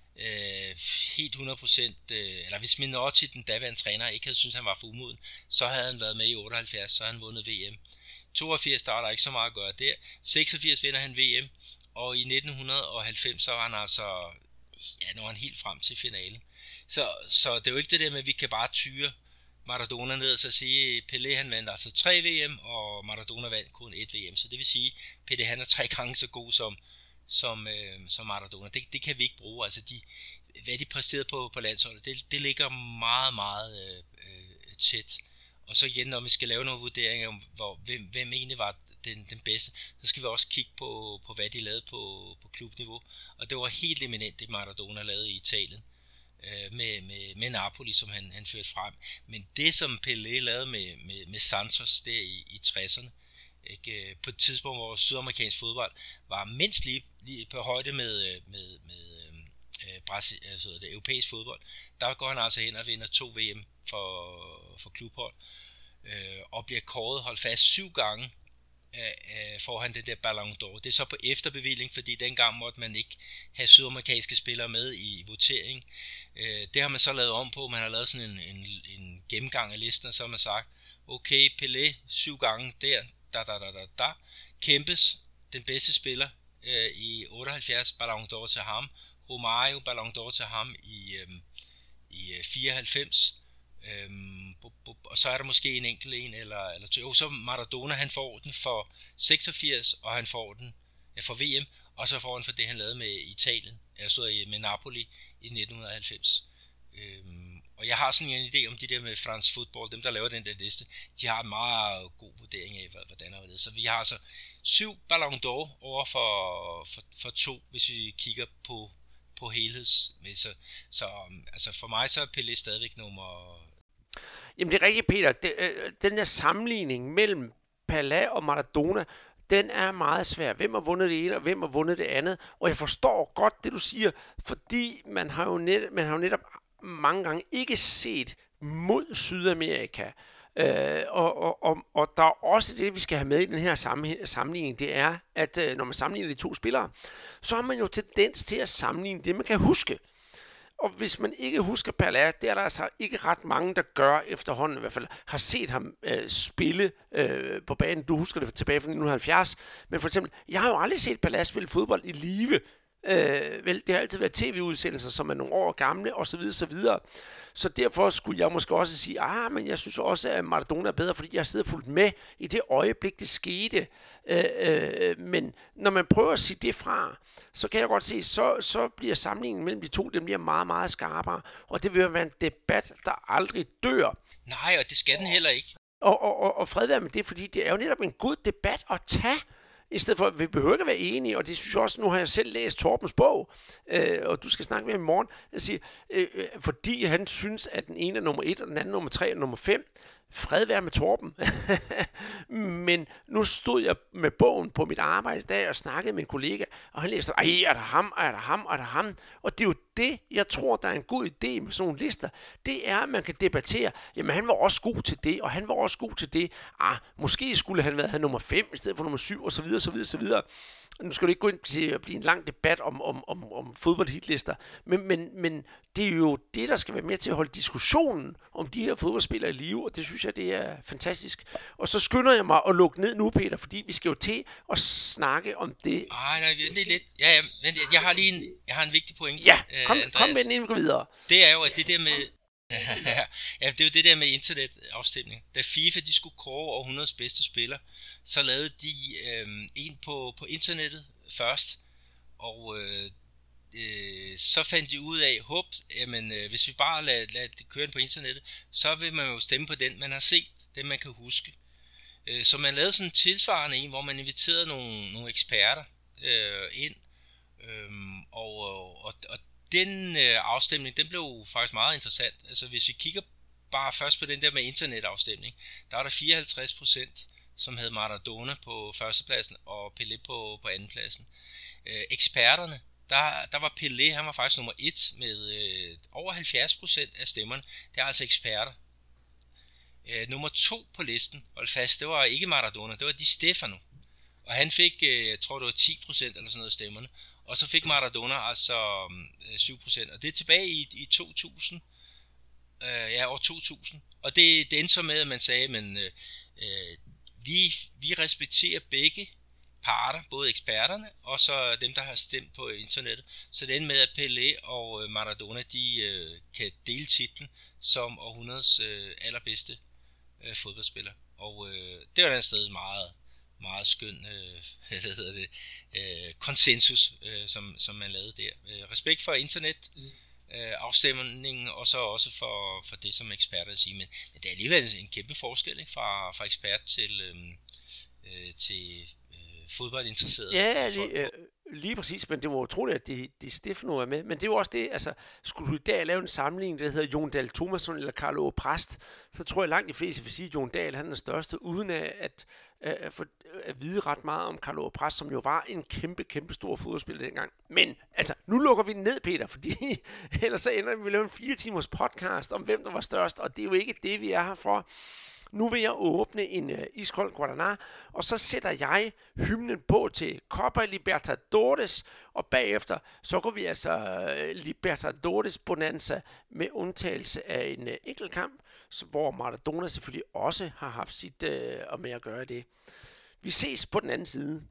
øh, helt hundrede procent, øh, eller hvis Menotti, den daværende træner, ikke havde syntes, han var for umoden, så havde han været med i otteoghalvfjerds, så havde han vundet V M. toogfirs, der er der ikke så meget at gøre der. seksogfirs vinder han V M, og i nitten halvfems, så var han altså, ja, nu var han helt frem til finalen. Så, så det er jo ikke det der med, at vi kan bare tyre Maradona ned og så sige, Pelé han vandt altså tre V M, og Maradona vandt kun et V M. Så det vil sige, Pelé han er tre gange så god som, som, øh, som Maradona. Det, det kan vi ikke bruge. Altså de, hvad de præsterede på, på landsholdet, det, det ligger meget, meget øh, øh, tæt. Og så igen, når vi skal lave nogle vurderinger om, hvor, hvem, hvem egentlig var den, den bedste, så skal vi også kigge på, på hvad de lavede på, på klubniveau. Og det var helt eminent, det Maradona lavede i Italien. Med, med, med Napoli, som han, han førte frem. Men det, som Pelé lavede med, med, med Santos der i, i tresserne, ikke? På et tidspunkt, hvor sydamerikansk fodbold var mindst lige, lige på højde med, med, med øh, Brasil, altså det europæisk fodbold, der går han altså hen og vinder to V M for, for klubhold, øh, og bliver kåret, holdt fast, syv gange øh, får han det der Ballon d'Or. Det er så på efterbevilling, fordi dengang måtte man ikke have sydamerikanske spillere med i votering. Øh, det har man så lavet om på. Man har lavet sådan en, en, en gennemgang af listen, og så har man sagt, okay, Pelé syv gange der, da, da, da, da, da. Kempes, den bedste spiller øh, i otteoghalvfjerds, Ballon d'Or til ham. Romario, Ballon d'Or til ham i, øh, i fireoghalvfems. Øhm, og så er der måske en enkelt en eller, eller to. Jo, så Maradona, han får den for seksogfirs, og han får den ja, for V M, og så får han for det, han lavede med Italien, altså med Napoli i nitten halvfems. Øhm, og jeg har sådan en idé om de der med France Football, dem der laver den der liste, de har en meget god vurdering af, hvordan er det. Så vi har altså syv Ballon d'Or over for, for, for to, hvis vi kigger på på helheds. Så, så altså for mig så er Pelé stadigvæk nummer... Jamen det er rigtigt, Peter. Det, øh, den der sammenligning mellem Pelé og Maradona, den er meget svær. Hvem har vundet det ene, og hvem har vundet det andet? Og jeg forstår godt det, du siger, fordi man har jo, net, man har jo netop mange gange ikke set mod Sydamerika. Øh, og, og, og, og der er også det, vi skal have med i den her sammenligning, det er, at øh, når man sammenligner de to spillere, så har man jo tendens til at sammenligne det, man kan huske. Og hvis man ikke husker Pelé, det er der altså ikke ret mange, der gør efterhånden, i hvert fald har set ham øh, spille øh, på banen. Du husker det tilbage fra nitten halvfjerds, men for eksempel, jeg har jo aldrig set Pelé spille fodbold i live. Øh, vel, det har altid været tv-udsendelser, som er nogle år gamle, og så videre, så videre. Så derfor skulle jeg måske også sige, ah, men jeg synes også, at Maradona er bedre, fordi jeg har siddet fulgt med i det øjeblik, det skete. Øh, øh, men når man prøver at sige det fra, så kan jeg godt se, så, så bliver sammenligningen mellem de to, den bliver meget, meget skarpere. Og det vil være en debat, der aldrig dør. Nej, og det skal den heller ikke. Og, og, og, og fred være med det, fordi det er jo netop en god debat at tage. I stedet for, at vi behøver ikke at være enige, og det synes jeg også, nu har jeg selv læst Torbens bog, øh, og du skal snakke med ham i morgen, jeg siger, øh, fordi han synes, at den ene er nummer et, og den anden nummer tre og nummer fem. Fred være med Torben. Men nu stod jeg med bogen på mit arbejde i dag og snakkede med en kollega, og han læste, ej, er der ham, er der ham, er der ham? Og det er jo det, jeg tror, der er en god idé med sådan nogle lister. Det er, at man kan debattere, jamen han var også god til det, og han var også god til det. Ah, måske skulle han have været nummer fem i stedet for nummer syv, og så videre, så videre, så videre. Nu skal du ikke gå ind til at blive en lang debat om, om, om, om fodboldhitlister, men, men, men det er jo det, der skal være med til at holde diskussionen om de her fodboldspillere i live, og det synes jeg, det er fantastisk. Og så skynder jeg mig at lukke ned nu, Peter, fordi vi skal jo til at snakke om det. Ej, nej, det er lidt. Ja, ja, men jeg har lige en, jeg har en vigtig pointe. Ja, kom, øh, kom med den, inden vi går videre. Det er jo, at det der med, ja, det er jo det der med internetafstemning. Da FIFA, de skulle kåre århundredets bedste spiller, så lavede de øh, en på, på internettet først, og øh, øh, så fandt de ud af, håb, jamen, øh, hvis vi bare lader, lader det køre på internettet, så vil man jo stemme på den, man har set, den man kan huske. Øh, så man lavede sådan en tilsvarende en, hvor man inviterede nogle, nogle eksperter øh, ind, øh, og, og, og den øh, afstemning, den blev faktisk meget interessant. Altså hvis vi kigger bare først på den der med internetafstemning, der var der fireoghalvtreds procent, som havde Maradona på førstepladsen og Pelé på, på andenpladsen. Øh, eksperterne, der, der var Pelé, han var faktisk nummer et med øh, over halvfjerds procent af stemmerne. Det er altså eksperter. Øh, nummer to på listen, hold fast, det var ikke Maradona, det var Di Stefano. Og han fik, øh, jeg tror det var ti procent eller sådan noget af stemmerne. Og så fik Maradona altså øh, syv procent, og det er tilbage i, i to tusind, øh, ja, år to tusind. Og det, det endte så med, at man sagde, men øh, øh, vi, vi respekterer begge parter, både eksperterne og så dem, der har stemt på internettet. Så det endte med, at Pelé og Maradona, de øh, kan dele titlen som århundredets øh, allerbedste øh, fodboldspiller. Og øh, det var et sted meget, meget skøn øh, hvad hedder det, øh, konsensus, øh, som, som man lavede der. Øh, respekt for internet, øh, afstemningen, og så også for, for det, som eksperter siger. Men, men det er alligevel en kæmpe forskel, ikke? Fra, fra ekspert til, øh, øh, til øh, fodboldinteresserede. Ja, lige, øh, lige præcis, men det var utroligt, at de, de Stefano er med. Men det er jo også det, altså, skulle du i dag lave en sammenligning, der hedder Jon Dahl Tomasson eller Carlo Præst, så tror jeg langt de fleste vil sige, at Jon Dahl han er den største, uden at, at, at, at, at vide ret meget om Carlo Præst, som jo var en kæmpe, kæmpe stor fodboldspiller dengang. Men altså, nu lukker vi ned, Peter, fordi ellers så ender vi med at lave en fire timers podcast om, hvem der var størst, og det er jo ikke det, vi er her for. Nu vil jeg åbne en uh, iskold Guaraná, og så sætter jeg hymnen på til Copa Libertadores, og bagefter så går vi altså uh, Libertadores Bonanza med undtagelse af en uh, enkelt kamp, så, hvor Maradona selvfølgelig også har haft sit uh, med at gøre det. Vi ses på den anden side.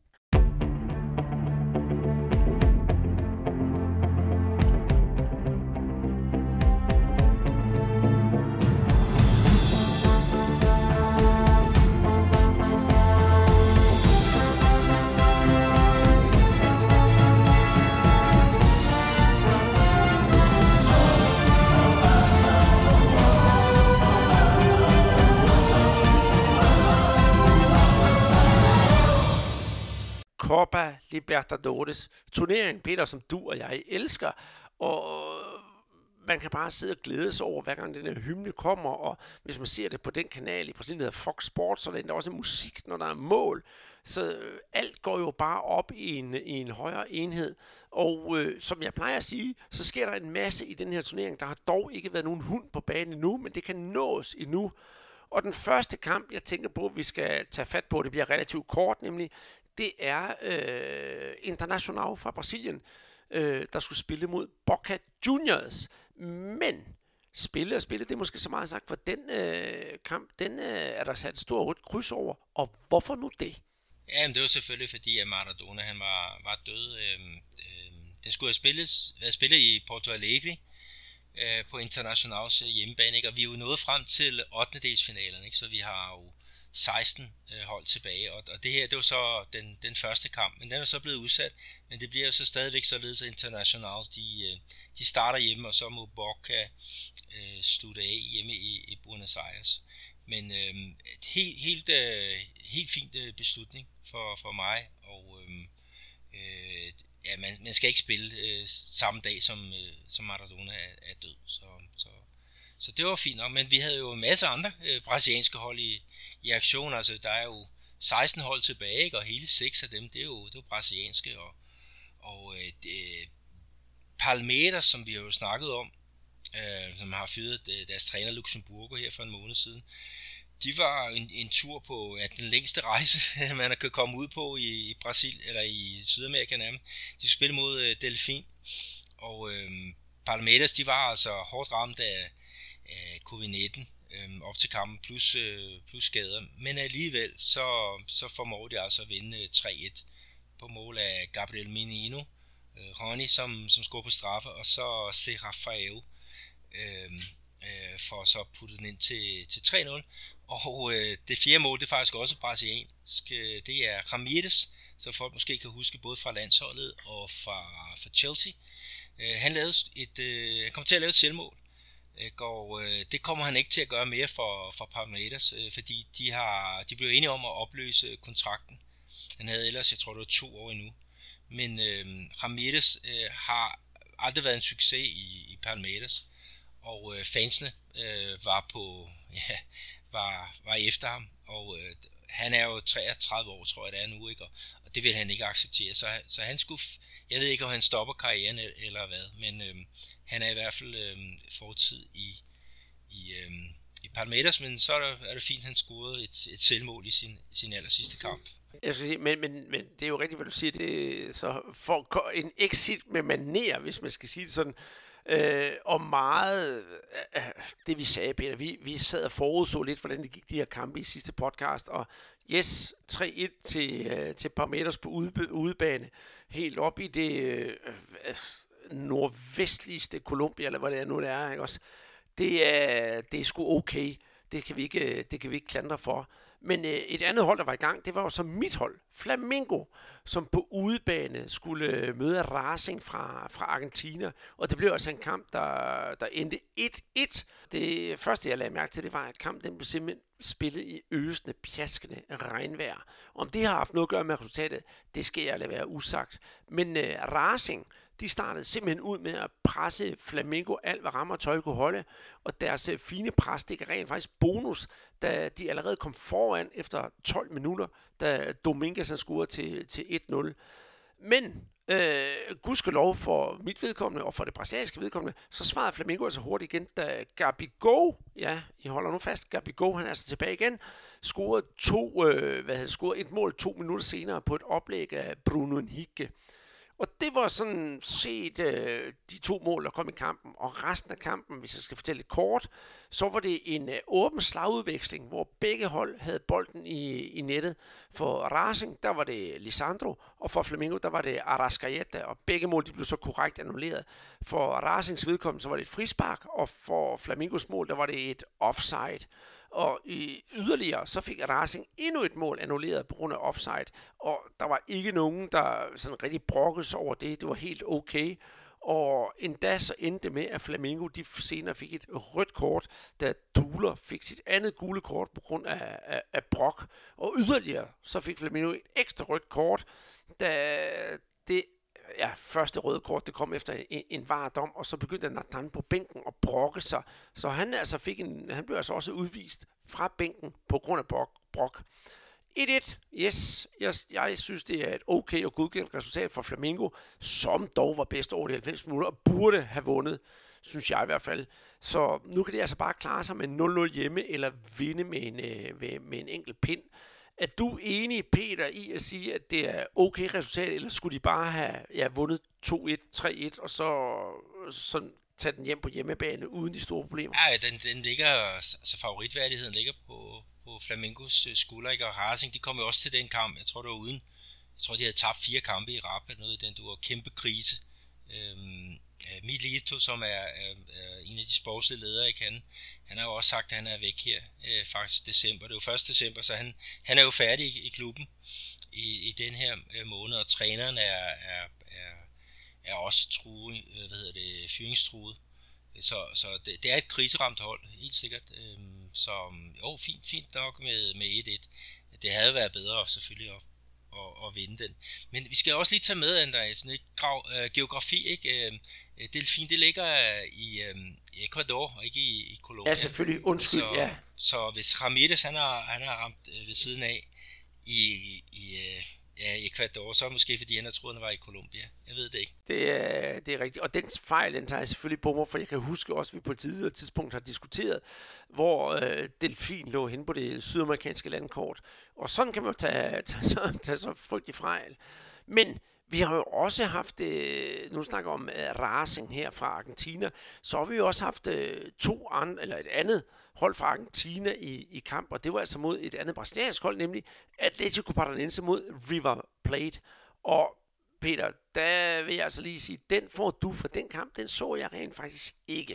Copa Libertadores, turnering, Peter, som du og jeg elsker, og man kan bare sidde og glæde sig over, hver gang den her hymne kommer, og hvis man ser det på den kanal i Brasilien, der hedder Fox Sports, så er der også musik, når der er mål, så alt går jo bare op i en, i en højere enhed, og øh, som jeg plejer at sige, så sker der en masse i den her turnering. Der har dog ikke været nogen hund på banen endnu, men det kan nås endnu. Og den første kamp, jeg tænker på, at vi skal tage fat på, det bliver relativt kort, nemlig, det er øh, Internacional fra Brasilien, øh, der skulle spille mod Boca Juniors. Men spille og spille, det er måske så meget sagt, for den øh, kamp, den øh, er der sat et stort rødt kryds over. Og hvorfor nu det? Ja, men det var selvfølgelig fordi, at Maradona han var, var død. Øhm, øhm, den skulle have spillet, have spillet i Porto Alegre øh, på Internationals hjemmebane, ikke? Og vi er jo nået frem til ottendedelsfinalerne, ikke? Så vi har jo seksten øh, hold tilbage, og, og det her, det var så den, den første kamp, men den er så blevet udsat, men det bliver jo så stadigvæk således, at International, de, øh, de starter hjemme, og så må Boca øh, slutte af hjemme i, i Buenos Aires. Men øh, et helt, helt, øh, helt fint øh, beslutning for, for mig, og øh, øh, ja, man, man skal ikke spille øh, samme dag, som, øh, som Maradona er, er død, så, så, så det var fint nok, men vi havde jo en masse andre øh, brasilianske hold i, i aktion, altså der er jo seksten hold tilbage, ikke? Og hele seks af dem, det er jo, det er jo brasilianske, og, og øh, det, Palmeiras, som vi har jo snakket om, øh, som har fyret deres træner Luxemburgo her for en måned siden, de var en, en tur på ja, den længste rejse, man kan komme ud på i, i Brasil, eller i Sydamerika nærmest. De spillede mod øh, Delfin, og øh, Palmeiras, de var altså hårdt ramt af, af covid nitten øh, op til kampen, plus, øh, plus skader. Men alligevel, så, så formår de altså at vinde tre et på mål af Gabriel Menino, øh, Rony, som, som scorer på straffe, og så C. Rafael øh, øh, for så at putte den ind til, til tre nul. Og øh, det fjerde mål, det er faktisk også brasiliansk. Det er Ramirez, som folk måske kan huske både fra landsholdet og fra, fra Chelsea. Øh, han, lavede et, øh, han kom til at lave et selvmål, øh, og øh, det kommer han ikke til at gøre mere for, for Palmeiras, øh, fordi de, har, de blev enige om at opløse kontrakten. Han havde ellers, jeg tror det var to år endnu. Men øh, Ramirez øh, har aldrig været en succes i, i Palmeiras, og øh, fansene øh, var på... Ja, Var, var efter ham, og øh, han er jo treogtredive år, tror jeg det er nu, ikke? Og, og det vil han ikke acceptere, så, så han skulle, jeg ved ikke om han stopper karrieren eller hvad, men øh, han er i hvert fald øh, fortid i, i, øh, i Palmeiras, men så er, der, er det fint, han scorede et, et selvmål i sin, sin aller sidste kamp. Jeg skal sige, men, men, men det er jo rigtigt, hvad du siger, det, så for en exit med manér, hvis man skal sige det sådan. Øh, og meget øh, det vi sagde, Peter, vi, vi sad og forudså lidt, hvordan det gik de her kampe i sidste podcast, og yes, tre et til, øh, til Palmeiras på ude, udebane, helt op i det øh, nordvestligste Colombia, eller hvad det er nu det er, ikke også? Det er, det er sgu okay, det kan vi ikke, det kan vi ikke klandre for. Men øh, et andet hold, der var i gang, det var jo så mit hold, Flamengo, som på udebane skulle møde Racing fra, fra Argentina. Og det blev altså en kamp, der, der endte et et. Det første, jeg lagde mærke til, det var, at kampen den blev simpelthen spillet i øsende, pjaskende regnvejr. Om det har haft noget at gøre med resultatet, det skal jeg lade være usagt. Men øh, Racing, de startede simpelthen ud med at presse Flamengo alt, hvad rammer tøj kunne holde, og deres øh, fine pres, det gav rent faktisk bonus, da de allerede kom foran efter tolv minutter, da Dominguez scorede til, til et nul. Men øh, gudskelov for mit vedkommende, og for det brasilianske vedkommende, så svarede Flamengo altså hurtigt igen, da Gabigol, ja, I holder nu fast, Gabigol, han er altså tilbage igen, scorede, to, øh, hvad havde scoret et mål to minutter senere på et oplæg af Bruno Henrique. Og det var sådan set øh, de to mål, der kom i kampen. Og resten af kampen, hvis jeg skal fortælle lidt kort, så var det en øh, åben slagudveksling, hvor begge hold havde bolden i, i nettet. For Racing, der var det Lisandro, og for Flamengo, der var det Arrascaeta. Og begge mål, de blev så korrekt annulleret. For Racings vedkommende, så var det et frispark, og for Flamengos mål, der var det et offside. Og i yderligere, så fik Racing endnu et mål annulleret på grund af offside, og der var ikke nogen, der sådan rigtig brokkes over det. Det var helt okay. Og endda så endte det med, at Flamengo de senere fik et rødt kort, da Duler fik sit andet gule kort på grund af, af, af brok. Og yderligere, så fik Flamengo et ekstra rødt kort, da det ja, første røde kort, det kom efter en, en varedom, og så begyndte Nathan på bænken at brokke sig. Så han, altså fik en, han blev altså også udvist fra bænken på grund af brok. brok. et et, yes, jeg, jeg synes, det er et okay og godkendt resultat for Flamengo, som dog var bedst over de halvfems minutter, og burde have vundet. synes jeg i hvert fald. Så nu kan de altså bare klare sig med nul nul hjemme, eller vinde med en, med, med en enkelt pind. Er du enig, Peter, i at sige, at det er okay resultat, eller skulle de bare have ja, vundet to et, tre et, og så sådan tage den hjem på hjemmebane uden de store problemer? Ja, den, den ligger, altså favoritværdigheden ligger på, på Flamingos skulder, ikke? Og Racing, de kom jo også til den kamp, jeg tror det var uden, jeg tror de havde tabt fire kampe i rap, eller noget i den, du var kæmpe krise. Øhm, Milito, som er, er, er en af de sportslige ledere i Cannes, han har jo også sagt, at han er væk her øh, faktisk december. Det er jo første december, så han, han er jo færdig i, i klubben i, i den her øh, måned, og træneren er, er, er, er også true, øh, hvad hedder det, fyringstruet. Så, så det, det er et kriseramt hold, helt sikkert. Øhm, så jo, fint, fint nok med, med et et. Det havde været bedre selvfølgelig at, at, at vinde den. Men vi skal også lige tage med, at der er sådan et grav, øh, geografi, ikke? Øh, Delfin, det ligger i øh, Ecuador, og ikke i, i Colombia. Ja, selvfølgelig. Undskyld, så, ja. Så hvis Ramirez, han har, han har ramt øh, ved siden af i, i øh, ja, Ecuador, så er det måske, fordi han har troet, han var i Colombia. Jeg ved det ikke. Det er, det er rigtigt. Og den fejl, den tager jeg selvfølgelig på mig, for jeg kan huske også, at vi på et tidligere tidspunkt har diskuteret, hvor øh, Delfin lå hen på det sydamerikanske landkort. Og sådan kan man jo tage, tage, tage, tage så frygtelig fejl. Men vi har jo også haft, øh, nu snakker om øh, Racing her fra Argentina, så har vi jo også haft øh, to andre, eller et andet hold fra Argentina i, i kamp, og det var altså mod et andet brasiliansk hold, nemlig Atlético Paranaense mod River Plate. Og Peter, der vil jeg altså lige sige, den får du for den kamp, den så jeg rent faktisk ikke.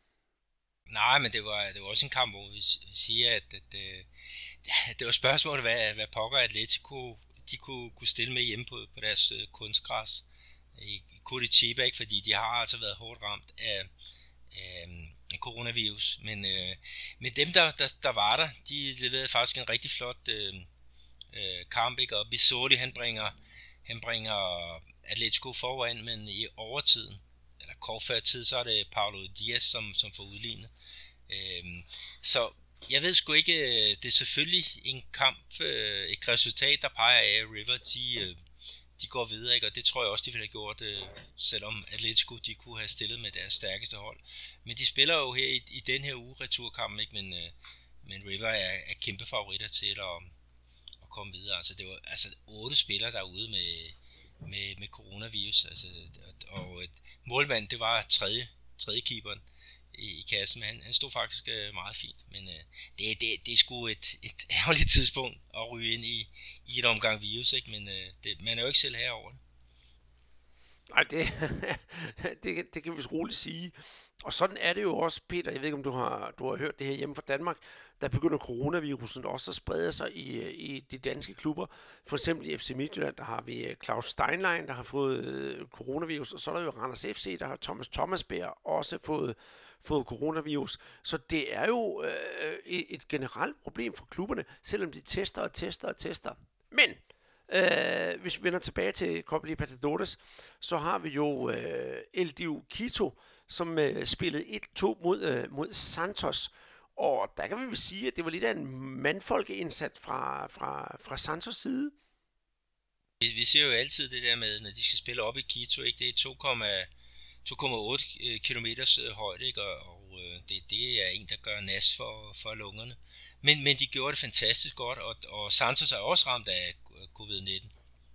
Nej, men det var, det var også en kamp, hvor vi siger, at, at, at det var spørgsmålet, hvad, hvad pokker Atlético de kunne, kunne stille med hjemme på, på deres øh, kunstgræs i, i Curitiba, ikke? Fordi de har altså været hårdt ramt af, af, af coronavirus. Men, øh, men dem, der, der, der var der, de leverede faktisk en rigtig flot øh, øh, kamp, ikke? Og Bisoli, han bringer, han bringer Atletico foran, men i overtiden, eller kort før tid, så er det Paulo Diaz, som, som får udlignet. Øh, så jeg ved sgu ikke, det er selvfølgelig en kamp, et resultat, der peger af, at River, de, de går videre, ikke? Og det tror jeg også, de ville have gjort, selvom Atletico, de kunne have stillet med deres stærkeste hold. Men de spiller jo her i, i den her uge returkamp, ikke? Men, men River er, er kæmpe favoritter til at, at komme videre. Altså, det var altså otte spillere derude med, med, med coronavirus, altså, og målmanden, det var tredje, tredje keeperen i kassen, men han, han stod faktisk øh, meget fint, men øh, det, det, det er sgu et, et ærgerligt tidspunkt at ryge ind i, i et omgang virus, ikke? Men øh, det, man er jo ikke selv herovre det. Nej, det, det, det kan vi vist roligt sige. Og sådan er det jo også, Peter, jeg ved ikke, om du har, du har hørt det her hjemme fra Danmark, der begynder coronavirusen også at sprede sig i, i de danske klubber. For eksempel i F C Midtjylland, der har vi Claus Steinlein, der har fået coronavirus, og så er der jo Randers F C, der har Thomas Thomasberg også fået, fået coronavirus. Så det er jo øh, et generelt problem for klubberne, selvom de tester og tester og tester. Men Øh, hvis vi vender tilbage til Copa Libertadores, så har vi jo øh, El Divo Quito, som øh, spillede et to mod, øh, mod Santos. Og der kan vi vel sige, at det var lidt af en mandfolkeindsats fra, fra, fra Santos side. Vi, vi ser jo altid det der med, når de skal spille op i Quito, ikke? Det er to komma otte kilometers højde, ikke? Og, og det, det er en, der gør nas for, for lungerne. Men, men de gjorde det fantastisk godt, og, og Santos er også ramt af covid nitten.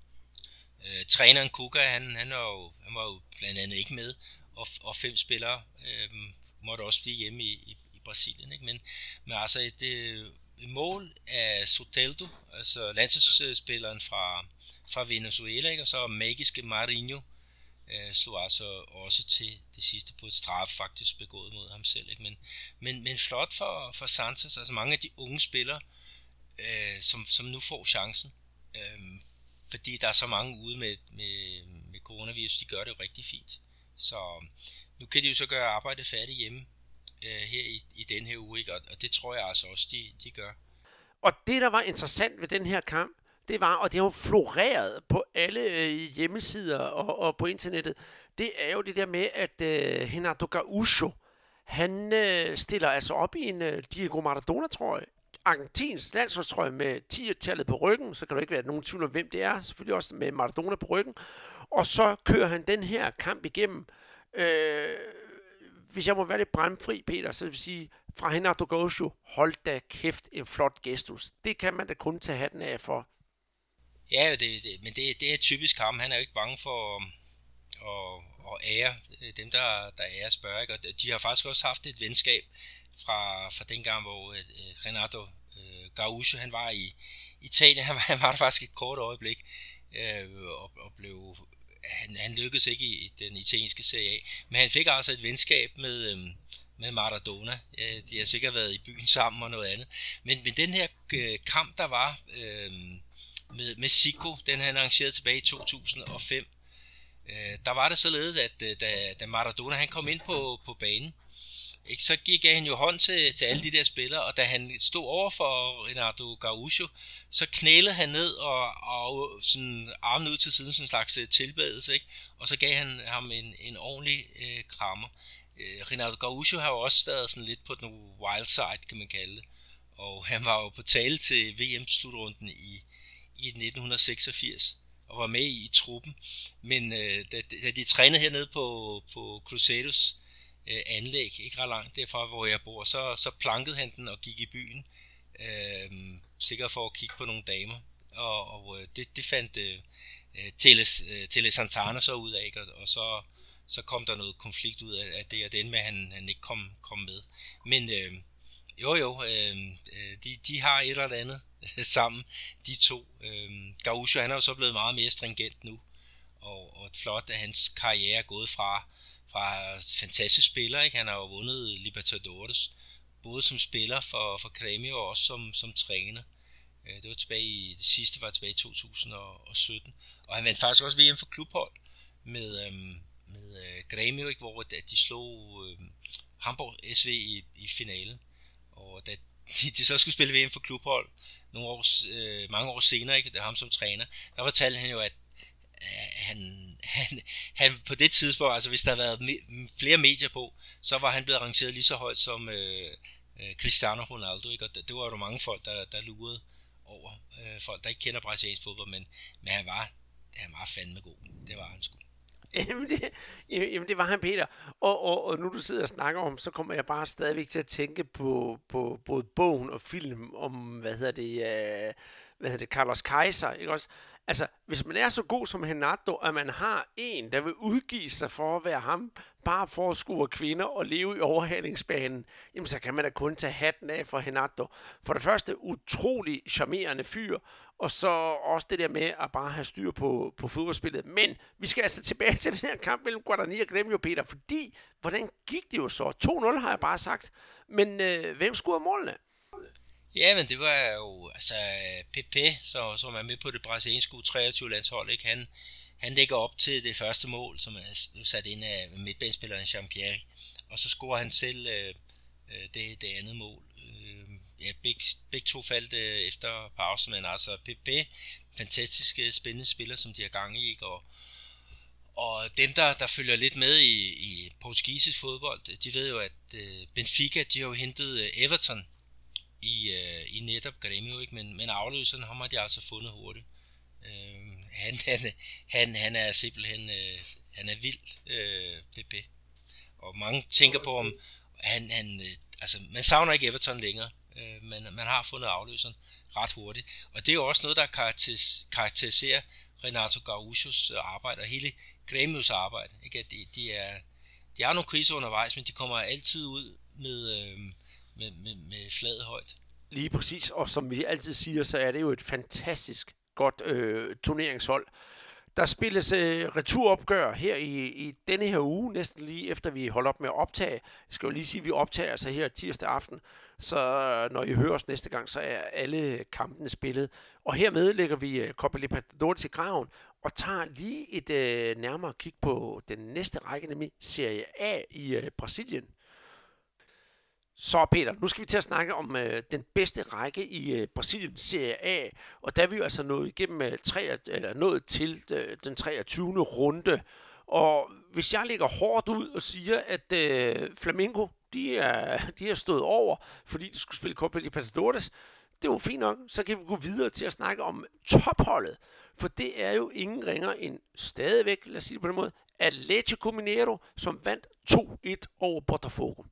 Øh, træneren Kuka, han, han, var jo, han var jo blandt andet ikke med, og, og fem spillere øh, måtte også blive hjemme i, i, i Brasilien. Ikke? Men, men altså et, et mål af Soteldo, altså landsholdsspilleren fra, fra Venezuela, ikke? Og så magiske Marinho øh, slog altså også til det sidste på et straf faktisk begået mod ham selv. Ikke? Men, men, men flot for, for Santos, altså mange af de unge spillere, øh, som, som nu får chancen. Øhm, fordi der er så mange ude med, med, med coronavirus, de gør det jo rigtig fint. Så nu kan de jo så gøre arbejdet færdigt hjemme øh, her i, i den her uge, ikke? Og, og det tror jeg altså også, de, de gør. Og det, der var interessant ved den her kamp, det var, og det har jo floreret på alle øh, hjemmesider og, og på internettet, det er jo det der med, at øh, Renato Gaúcho, han øh, stiller altså op i en øh, Diego Maradona-trøje, Argentins landsholdstrøje med ti-tallet på ryggen, så kan du ikke være nogen tvivl om, hvem det er, selvfølgelig også med Maradona på ryggen, og så kører han den her kamp igennem, øh, hvis jeg må være lidt brændfri, Peter, så vil jeg sige, fra Renato Gaucho, hold da kæft en flot gestus. Det kan man da kun tage hatten af for. Ja, det, det, men det, det er typisk ham. Han er jo ikke bange for at, at ære dem, der, der ærer spørger. Ikke? Og de har faktisk også haft et venskab fra, fra den gang, hvor uh, Renato uh, Gaucho, han var i Italien. Han var, han var der faktisk et kort øjeblik, uh, og, og blev... Han, han lykkedes ikke i, i den italienske Serie A, men han fik altså et venskab med, øhm, med Maradona. Ja, de har sikkert været i byen sammen og noget andet. Men, men den her øh, kamp, der var øhm, med, med Zico, den han arrangerede tilbage i to tusind og fem, øh, der var det således, at øh, da, da Maradona han kom ind på, på banen, ikke, så gik han jo hånd til, til alle de der spillere, og da han stod over for Renato Gaucho, så knælede han ned og, og sådan armen ud til siden, sådan en slags tilbedelse, ikke? Og så gav han ham en, en ordentlig øh, krammer. Øh, Renato Gaucho har jo også været sådan lidt på den wild side, kan man kalde det, og han var jo på tale til V M-slutrunden i, i nitten seksogfirs, og var med i, i truppen, men øh, da, da de trænede hernede på, på Crusaders anlæg, ikke ret langt derfra, hvor jeg bor, så, så plankede han den og gik i byen, øh, sikkert for at kigge på nogle damer, og, og det, det fandt øh, Tele, Tele Santana så ud af, og, og så, så kom der noget konflikt ud af, af det, og det endte med, at han, han ikke kom, kom med. Men øh, jo jo, øh, de, de har et eller andet sammen, de to. Øh, Gaucho, han er jo så blevet meget mere stringent nu, og, og flot, at hans karriere er gået fra fra fantastisk spiller, ikke? Han har jo vundet Libertadores, både som spiller for, for Grêmio og også som, som træner. Det var tilbage i, det sidste var tilbage i to tusind og sytten, og han vandt faktisk også V M for klubhold med, øhm, med øh, Grêmio, ikke? Hvor de slog øh, Hamburg S V i, i finalen, og da de, de så skulle spille V M for klubhold nogle år, øh, mange år senere, ikke? Der ham som træner, der fortalte han jo, at Han, han, han på det tidspunkt, altså hvis der havde været me- flere medier på, så var han blevet rangeret lige så højt som øh, øh, Cristiano Ronaldo, ikke? Og det, det var jo mange folk, der, der lurede over, øh, folk der ikke kender brasiliansk fodbold, men, men han var han var fandme god, det var han sgu. Jamen det, jamen det var han, Peter. Og, og, og nu du sidder og snakker om, så kommer jeg bare stadigvæk til at tænke på, på både bogen og film om, hvad hedder det, øh, hvad hedder det, Carlos Kaiser, ikke også? Altså, hvis man er så god som Renato, at man har en, der vil udgive sig for at være ham, bare for at score kvinder og leve i overhalingsbanen, jamen så kan man da kun tage hatten af for Renato. For det første, utrolig charmerende fyr, og så også det der med at bare have styr på, på fodboldspillet. Men vi skal altså tilbage til den her kamp mellem Guarani og Grêmio, Peter, fordi, hvordan gik det jo så? to nul har jeg bare sagt, men øh, hvem scorede målene? Ja, men det var jo, altså, Pepe, så, som er med på det brasilianske U treogtyve-landshold, ikke? Han, han lægger op til det første mål, som er sat ind af midtbanespilleren Jean-Pierre, og så scorer han selv øh, det, det andet mål. Øh, ja, begge, begge to faldt øh, efter pausen, men altså Pepe, fantastiske, spændende spiller, som de har gang i, ikke? Og, og dem, der, der følger lidt med i, i portugisisk fodbold, de ved jo, at øh, Benfica, de har jo hentet øh, Everton, i, øh, i netop Grêmio, ikke? Men, men afløseren, ham har de altså fundet hurtigt. Øh, han, han, han, han er simpelthen, øh, han er vild, øh, Pepe. Og mange tænker på, om han, han, øh, altså man savner ikke Everton længere, øh, men man har fundet afløseren ret hurtigt. Og det er jo også noget, der karakteris, karakteriserer Renato Gauchos arbejde, og hele Grêmios arbejde, ikke? At de, de, er, de har nogle kriser undervejs, men de kommer altid ud med... Øh, Med, med, med fladet højt. Lige præcis, og som vi altid siger, så er det jo et fantastisk godt øh, turneringshold. Der spilles øh, returopgør her i, i denne her uge, næsten lige efter vi holder op med at optage. Jeg skal jo lige sige, at vi optager altså her tirsdag aften, så når I hører os næste gang, så er alle kampene spillet. Og hermed lægger vi øh, Copa Libertadores til graven, og tager lige et øh, nærmere kig på den næste række, nemlig Serie A i øh, Brasilien. Så Peter, nu skal vi til at snakke om øh, den bedste række i øh, Brasilien Serie A, og der er vi jo altså nået igennem øh, tre, eller nået til øh, den treogtyvende runde. Og hvis jeg lægger hårdt ud og siger, at øh, Flamengo, de er, de er stået over, fordi de skulle spille Copa Libertadores, det er jo fint nok, så kan vi gå videre til at snakke om topholdet, for det er jo ingen ringer end stadigvæk, lad os sige det på den måde, Atlético Mineiro, som vandt to et over Botafogo.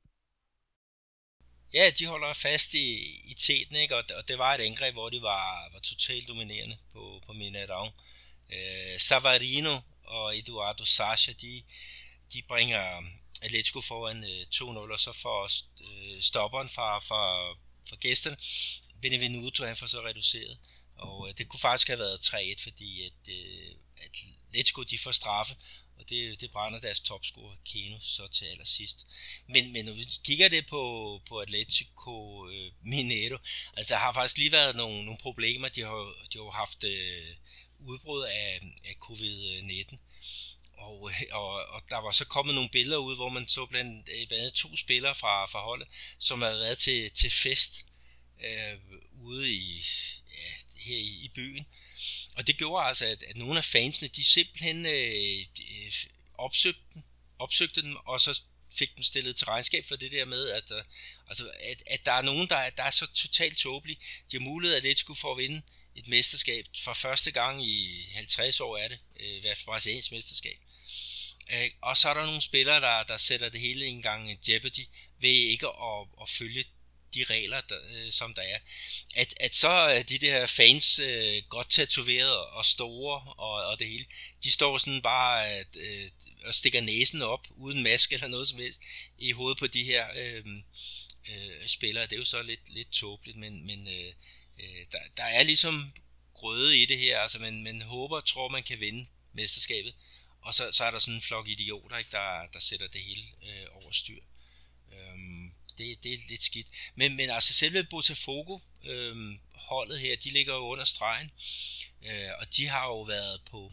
Ja, de holder fast i, i teten, ikke? Og, og det var et angreb, hvor de var, var totalt dominerende på, på Mineirão. Øh, Savarino og Eduardo Sacha, de, de bringer Atletico foran øh, to nul, og så får øh, stopperen fra, fra, fra gæsterne, Benevenuto, han får så reduceret. Og øh, det kunne faktisk have været tre et, fordi at, øh, Atletico, de får straffe, og det, det brænder deres topscorer Keno så til allersidst. Men, men når vi kigger det på, på Atletico øh, Mineiro, altså der har faktisk lige været nogle, nogle problemer. De har, de har haft øh, udbrud af, af covid nitten, og, og, og der var så kommet nogle billeder ud, hvor man så blandt, blandt andet to spillere fra, fra holdet, som havde været til, til fest øh, ude i, ja, her i, i byen. Og det gjorde altså, at, at nogle af fansene, de simpelthen øh, de, opsøgte, dem, opsøgte dem, og så fik dem stillet til regnskab for det der med, at, uh, altså, at, at der er nogen, der, der er så totalt tåbelige. De har mulighed, at Atletico får at vinde et mesterskab for første gang i halvtreds år, er det, øh, i hvert fald brasiliansk mesterskab. Øh, og så er der nogle spillere, der, der sætter det hele en gang jeopardy ved ikke at, at følge de regler, der, øh, som der er. At, at så er de der fans øh, godt tatoveret og store og, og det hele, de står sådan bare at, øh, og stikker næsen op uden maske eller noget som helst i hovedet på de her øh, øh, spillere. Det er jo så lidt, lidt tåbeligt, men, men øh, øh, der, der er ligesom grøde i det her. Altså man, man håber og tror, man kan vinde mesterskabet, og så, så er der sådan en flok idioter, ikke, der, der sætter det hele øh, over styr. Øhm, Det, det er lidt skidt. Men, men altså selve Botafogo øh, holdet her, de ligger jo under stregen. Øh, og de har jo været på,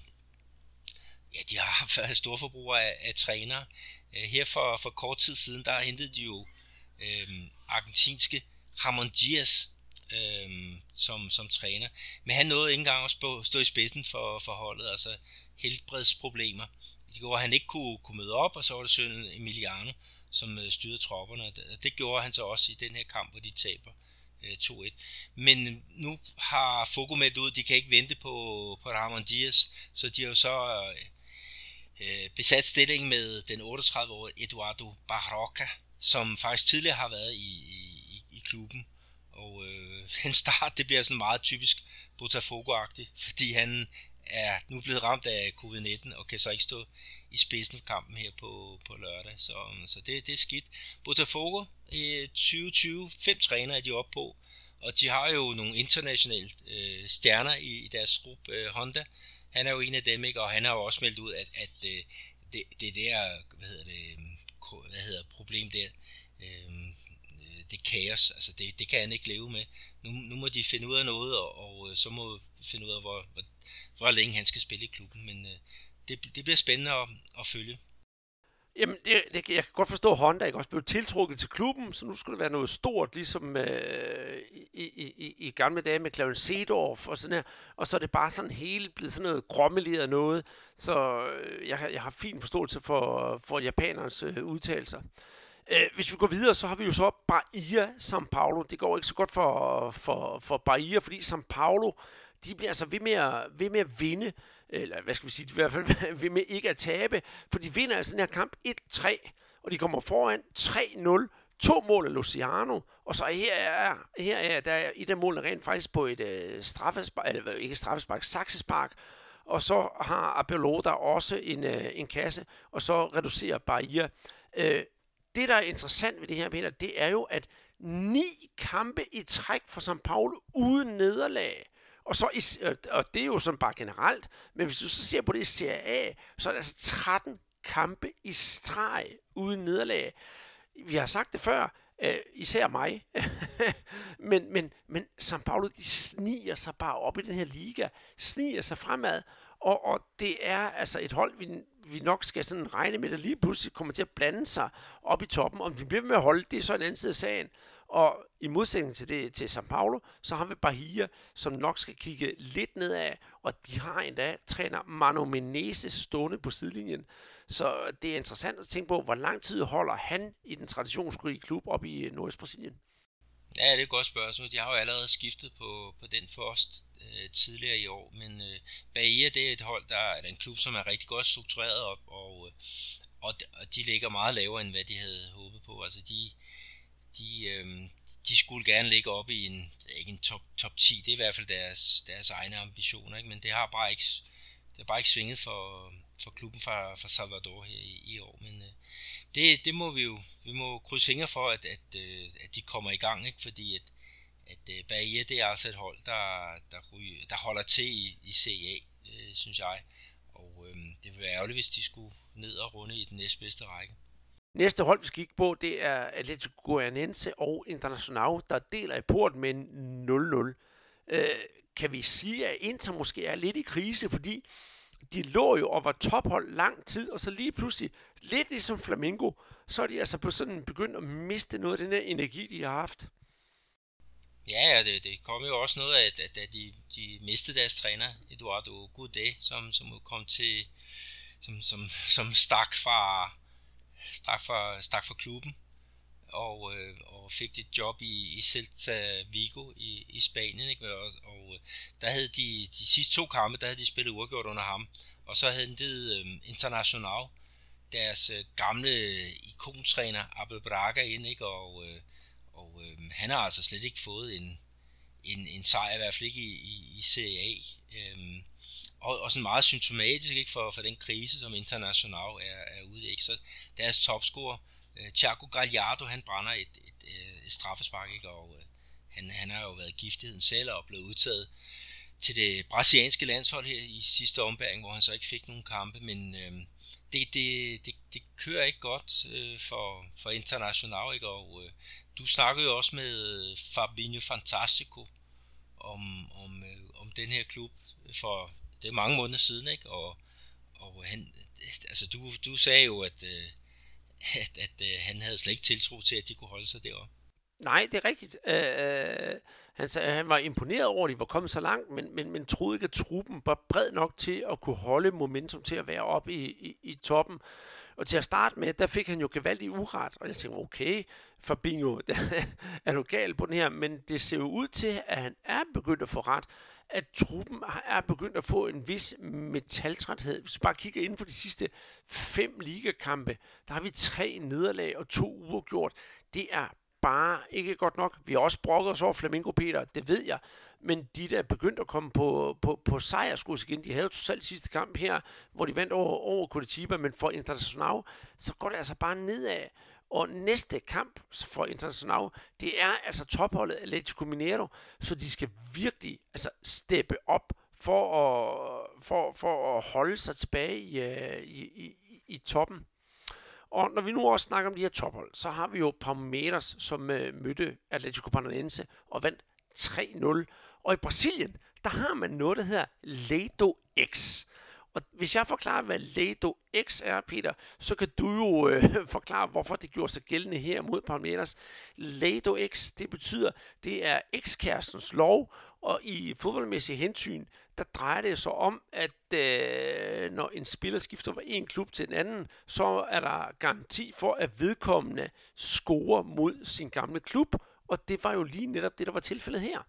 ja, de har været storforbrugere af, af trænere. Øh, her for, for kort tid siden, der hentede de jo øh, argentinske Ramon Diaz øh, som, som træner. Men han nåede ikke engang at stå, stå i spidsen for, for holdet, altså helbredsproblemer. Det gjorde, at han ikke kunne, kunne møde op, og så var det sønnen Emiliano, som styrede tropperne. Det gjorde han så også i den her kamp, hvor de taber øh, to et. Men nu har Fogo meldt ud, de kan ikke vente på, på Ramon Diaz, så de har jo så øh, besat stillingen med den otteogtredive-årige Eduardo Barroca, som faktisk tidligere har været i, i, i klubben. Og øh, en start, det bliver sådan meget typisk Botafogo-agtigt, fordi han er nu blevet ramt af covid nitten og kan så ikke stå i spidsen for kampen her på, på lørdag. Så, så det, det er skidt. Botafogo i tyve tyve, fem træner er de oppe på, og de har jo nogle internationale øh, stjerner i, i deres gruppe. Øh, Honda, han er jo en af dem, ikke? Og han har jo også meldt ud, at, at øh, det, det der, hvad hedder det, hvad hedder problem der, øh, det kaos, altså det, det kan han ikke leve med. Nu, nu må de finde ud af noget, og, og så må finde ud af, hvor, hvor, hvor længe han skal spille i klubben, men øh, det, det bliver spændende at, at følge. Jamen, det, det, jeg kan godt forstå, at Honda ikke også blev tiltrukket til klubben, så nu skulle det være noget stort, ligesom øh, i, i, i, i gamle dage med Clarence Seedorf og sådan her, og så er det bare sådan hele blevet sådan noget grommeleret noget, så øh, jeg, jeg har fin forståelse for, for japanernes øh, udtalelser. Øh, hvis vi går videre, så har vi jo så Bahia São Paulo. Det går ikke så godt for, for, for Bahia, fordi São Paulo, de bliver altså ved med at, ved med at vinde, eller hvad skal vi sige, i hvert fald ved med ikke at tabe, for de vinder altså den her kamp et tre, og de kommer foran tre nul, to mål af Luciano, og så her er, her er der er et af målene rent faktisk på et øh, straffespark, eller ikke straffespark, saksespark, og så har Abelota også en, øh, en kasse, og så reducerer Bahia. Øh, det, der er interessant ved det her, Peter, det er jo, at ni kampe i træk for São Paulo uden nederlag. Og, så i, og det er jo sådan bare generelt, men hvis du så ser på det i Serie A, så er der altså tretten kampe i streg uden nederlag. Vi har sagt det før, øh, især mig, men, men, men São Paulo, de sniger sig bare op i den her liga, sniger sig fremad, og, og det er altså et hold, vi, vi nok skal sådan regne med, der lige pludselig kommer til at blande sig op i toppen. Om de bliver med at holde, det er så en anden side af sagen. Og i modsætning til, det, til São Paulo, så har vi Bahia, som nok skal kigge lidt nedad, og de har endda træner Mano Menezes stående på sidelinjen. Så det er interessant at tænke på, hvor lang tid holder han i den traditionsrige klub op i Nordøst Brasilien. Ja, det er et godt spørgsmål. De har jo allerede skiftet på, på den post øh, tidligere i år, men øh, Bahia, det er et hold, der er en klub, som er rigtig godt struktureret op, og, og, og de ligger meget lavere, end hvad de havde håbet på. Altså, de, de, øh, de skulle gerne ligge op i en, ikke en top, top ti, det er i hvert fald deres, deres egne ambitioner, ikke? Men det har bare ikke, det har bare ikke svinget for, for klubben fra, fra Salvador her i, i år, men øh, det, det må vi jo, vi må krydse fingre for, at, at, at de kommer i gang, ikke? Fordi at, at Bahia, det er altså et hold, der, der, der holder til i, i C A, øh, synes jeg, og øh, det vil være ærgerligt, hvis de skulle ned og runde i den næstbedste række. Næste hold, vi skal kigge på, det er Atlético Goianiense og Internacional, der deler i porten med nul nul. Øh, kan vi sige, at Inter måske er lidt i krise, fordi de lå jo og var tophold lang tid, og så lige pludselig, lidt ligesom Flamengo, så er de altså på sådan begyndt at miste noget af den her energi, de har haft. Ja, det, det kom jo også noget af, at, at de, de mistede deres træner, Eduardo Goudet, som, som kom til, som, som, som stak fra, stak fra, stak fra klubben, og, øh, og fik et job i, i Celta Vigo i, i Spanien, ikke? Og, og der havde de, de sidste to kampe, der havde de spillet uafgjort under ham, og så havde de øh, Internacional, deres øh, gamle ikontræner Abel Braga ind, ikke? Og, øh, og øh, han har altså slet ikke fået en, en, en sejr, i hvert fald ikke i, i, i C A, øh, og, og sådan meget symptomatisk, ikke? For, for den krise, som Internacional er, er ude i, ikke? Så deres topscorer, Thiago Gallardo, han brænder et, et, et, et straffespark, ikke? Og øh, han, han har jo været giftigheden selv og blevet udtaget til det brasilianske landshold her i sidste ombæring, hvor han så ikke fik nogen kampe, men øh, det, det, det, det kører ikke godt øh, for, for Internacional, ikke? Og øh, du snakkede jo også med Fabinho Fantastico om, om, øh, om den her klub for det er mange måneder siden, ikke? Og, og han, altså du, du sagde jo, at øh, at, at øh, han havde slet ikke tiltro til, at de kunne holde sig deroppe. Nej, det er rigtigt. Øh, han, sagde, han var imponeret over, at de var kommet så langt, men, men, men troede ikke, at truppen var bred nok til at kunne holde momentum til at være oppe i, i, i toppen. Og til at starte med, der fik han jo gevaldig uret, og jeg tænkte, okay, Fabinho, er du gal på den her? Men det ser jo ud til, at han er begyndt at få ret, at truppen er begyndt at få en vis metaltræthed. Hvis vi bare kigger inden for de sidste fem ligakampe, der har vi tre nederlag og to uafgjort. Det er bare ikke godt nok. Vi har også brokket os over Flamengo, Peter, det ved jeg. Men de der er begyndt at komme på, på, på sejrskurs igen, de havde jo totalt sidste kamp her, hvor de vandt over, over Curitiba, men for Internacional, så går det altså bare nedad. Og næste kamp for Internacional, det er altså topholdet Atlético Mineiro, så de skal virkelig altså steppe op for at, for, for at holde sig tilbage i, i, i, i toppen. Og når vi nu også snakker om de her tophold, så har vi jo Palmeiras, som øh, mødte Atlético Paranaense og vandt tre nul. Og i Brasilien, der har man noget, der hedder Lei do X. Og hvis jeg forklarer, hvad Lei do X er, Peter, så kan du jo øh, forklare, hvorfor det gjorde sig gældende her mod Palmeiras. Lei do X, det betyder, det er ekskærestens lov, og i fodboldmæssige hensyn, der drejer det sig om, at øh, når en spiller skifter fra en klub til en anden, så er der garanti for, at vedkommende scorer mod sin gamle klub, og det var jo lige netop det, der var tilfældet her.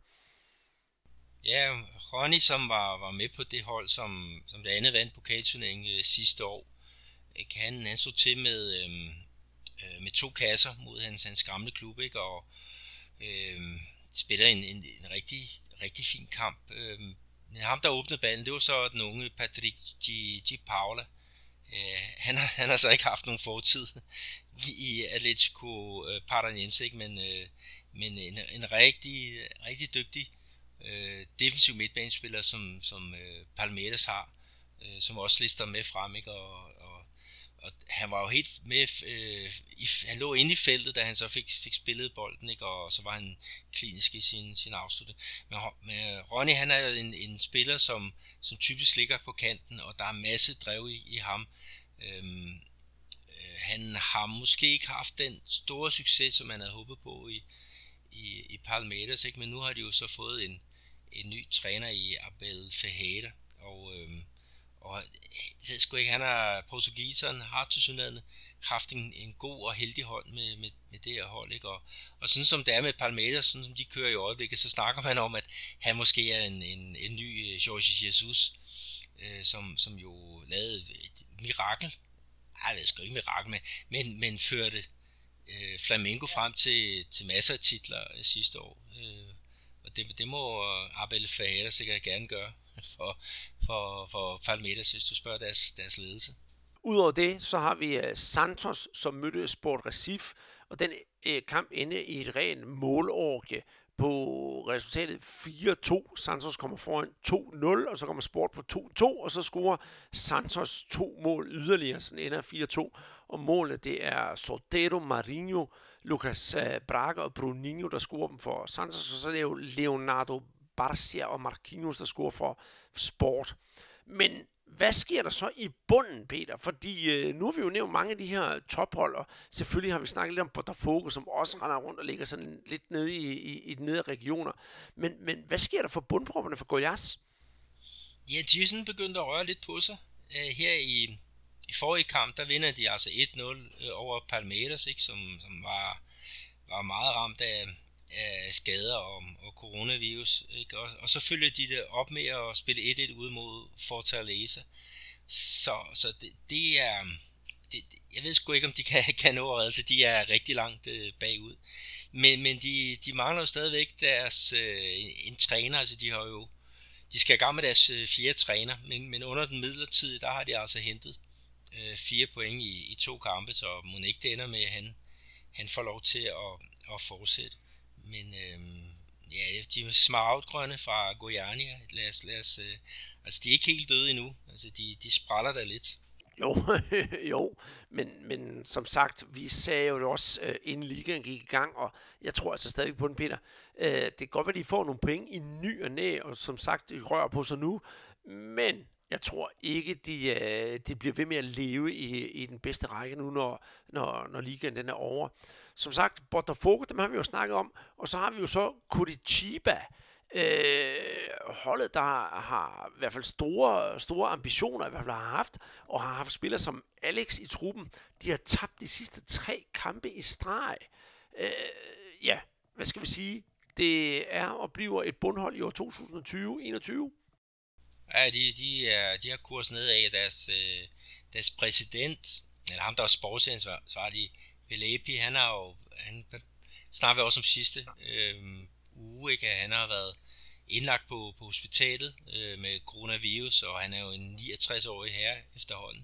Ja, Ronny, som var, var med på det hold, som, som det andet vandt pokalturneringen øh, sidste år, ikke? Han, han stod til med, øh, med to kasser mod hans, hans gamle klub, ikke? Og øh, spiller en, en, en rigtig, rigtig fin kamp. Øh, ham, der åbnede ballen, det var så den unge Patrick Di Paula. Øh, han, har, han har så ikke haft nogen fortid i Atlético Paranaense, ikke? Men, øh, men en, en rigtig, rigtig dygtig Øh, defensiv midtbanespiller, som, som øh, Palmeiras har, øh, som også lister med frem, ikke? Og, og, og han var jo helt med, øh, i, han lå inde i feltet, da han så fik, fik spillet bolden, ikke? Og så var han klinisk i sin, sin afslutning. Men, men Ronny, han er en, en spiller, som, som typisk ligger på kanten, og der er masse drev i, i ham. Øhm, øh, han har måske ikke haft den store succes, som han havde håbet på i, i, i Palmeiras, ikke? Men nu har de jo så fået en en ny træner i Abel Ferreira, og, øhm, og jeg ved sgu ikke, han er portugiseren, har tilsyneladende haft en, en god og heldig hånd med, med, med det her hold, ikke? Og, og sådan som det er med Palmeiras, sådan som de kører i øjeblikket, så snakker man om, at han måske er en, en, en ny Jorge Jesus, øh, som, som jo lavede et mirakel. Ej, jeg ved sgu ikke mirakel med, men, men førte øh, Flamengo frem til, til masser af titler øh, sidste år. Øh, og det, det må Abel Ferreira sikkert gerne gøre for, for, for Palmeiras, hvis du spørger deres, deres ledelse. Udover det, så har vi uh, Santos, som mødte Sport Recife, og den uh, kamp endte i et rent målorgie på resultatet fire to. Santos kommer foran to nul, og så kommer Sport på to to, og så scorer Santos to mål yderligere, så den ender fire to. Og målene, det er Solteiro, Marinho, Lucas uh, Braga og Bruninho, der scorer dem for Santos, og så er det jo Leonardo Barcia og Marquinhos, der scorer for Sport. Men hvad sker der så i bunden, Peter? Fordi øh, nu har vi jo nævnt mange af de her tophold, og selvfølgelig har vi snakket lidt om Botafogo, som også render rundt og ligger sådan lidt nede i, i, i de nedre regioner. Men, men hvad sker der for bundpropperne for Goiás? Ja, de er sådan begyndt at røre lidt på sig. Uh, her i, i forrige kamp, der vinder de altså et nul over Palmeiras, ikke? Som, som var, var meget ramt af, af skader og, og coronavirus, ikke? Og, og så følger de det op med at spille et et ude mod Fortaleza. Så, så det, det er... Det, jeg ved sgu ikke, om de kan, kan nå at redde sig. De er rigtig langt øh, bagud. Men, men de, de mangler jo stadigvæk deres øh, en træner. Altså de har jo... De skal i gang med deres øh, fjerde træner, men, men under den midlertidige, der har de altså hentet øh, fire point i, i to kampe, så må ikke det ender med, at han, han får lov til at, at fortsætte. Men øh, ja, de er smartgrønne fra Goiânia. Lad os, lad os, øh, altså, de er ikke helt døde endnu. Altså, de, de spræller der lidt. Jo, jo, men, men som sagt, vi sagde jo det også, øh, inden ligaen gik i gang, og jeg tror altså stadig på den, Peter. Øh, det kan godt være, at de får nogle point i ny og næ, og som sagt, de rører på sig nu, men jeg tror ikke, de, øh, de bliver ved med at leve i, i den bedste række nu, når, når, når ligaen den er over. Som sagt, Botafogo, dem har vi jo snakket om, og så har vi jo så Curitiba, Øh, holdet, der har i hvert fald store, store ambitioner, i hvert fald har haft, og har haft spillere som Alex i truppen. De har tabt de sidste tre kampe i streg. Øh, ja, hvad skal vi sige? Det er og bliver et bundhold i år to tusind og tyve enogtyve. Ja, de, de, er, de har kurs nedad af deres, øh, deres præsident, eller ham, der er sportsansvarlig, Velepi. Han har jo, han snakker også om sidste øh, uge, ikke? Han har været indlagt på, på hospitalet øh, med coronavirus, og han er jo en niogtres-årig herre efterhånden.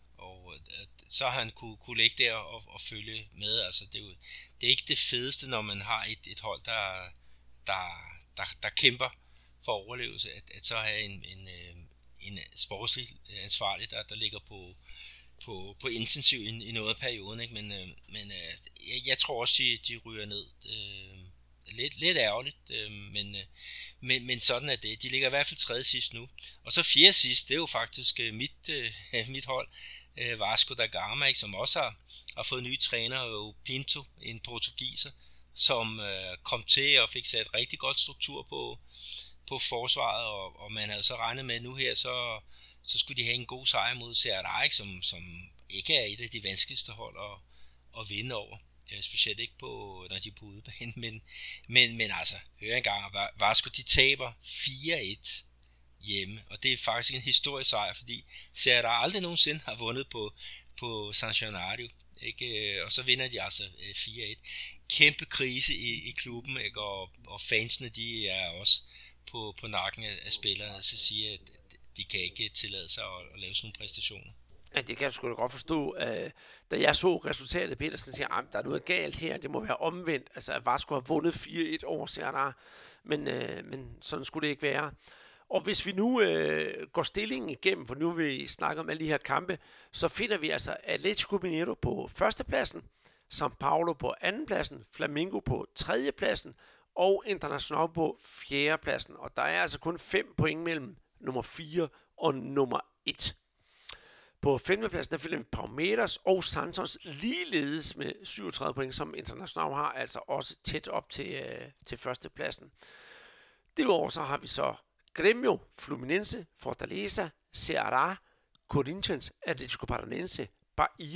Og øh, så har han kunne, kunne ligge der og, og følge med. Altså, det, er jo, det er ikke det fedeste, når man har et, et hold, der, der, der, der kæmper for overlevelse, at, at så have en, en, en sportslig ansvarlig, der, der ligger på, på, på intensiv i, i noget af perioden. Ikke? Men, øh, men øh, jeg, jeg tror også, de, de ryger ned. Øh, Lidt, lidt ærgerligt, øh, men, øh, men, men sådan er det. De ligger i hvert fald tredje sidst nu. Og så fjerde sidst, det er jo faktisk øh, mit, øh, mit hold, øh, Vasco da Gama, ikke, som også har, har fået nye træner, og Pinto, en portugiser, som øh, kom til og fik sat rigtig godt struktur på, på forsvaret, og, og man havde så regnet med nu her, så, så skulle de have en god sejr mod Ceará, som, som ikke er et af de vanskeligste hold at, at vinde over. Specielt ikke på, når de er på udebane, men, men, men altså, hør engang, Vasco, de taber fire et hjemme, og det er faktisk en historisk sejr, fordi Ceará aldrig nogensinde har vundet på, på San Januario, ikke? Og så vinder de altså fire et. Kæmpe krise i, i klubben, ikke? Og, og fansene, de er også på, på nakken af spillerne, så siger, at de kan ikke tillade sig at, at lave sådan nogle præstationer. Ja, det kan jeg sgu da godt forstå. Uh, da jeg så resultatet, Petersen siger, at der er noget galt her, det må være omvendt. Altså, at Vasco har vundet fire et over Ceará, men, uh, men sådan skulle det ikke være. Og hvis vi nu uh, går stillingen igennem, for nu vil vi snakke om alle de her kampe, så finder vi altså Atlético Mineiro på førstepladsen, São Paulo på andenpladsen, Flamengo på tredjepladsen og Internacional på fjerdepladsen. Og der er altså kun fem point mellem nummer fire og nummer et. På femtepladsen der finder vi Palmeiras og Santos ligeledes med syvogtredive point, som Internacional har, altså også tæt op til, øh, til førstepladsen. Derudover så har vi så Grêmio, Fluminense, Fortaleza, Ceará, Corinthians, Atlético Paranaense, Bahia,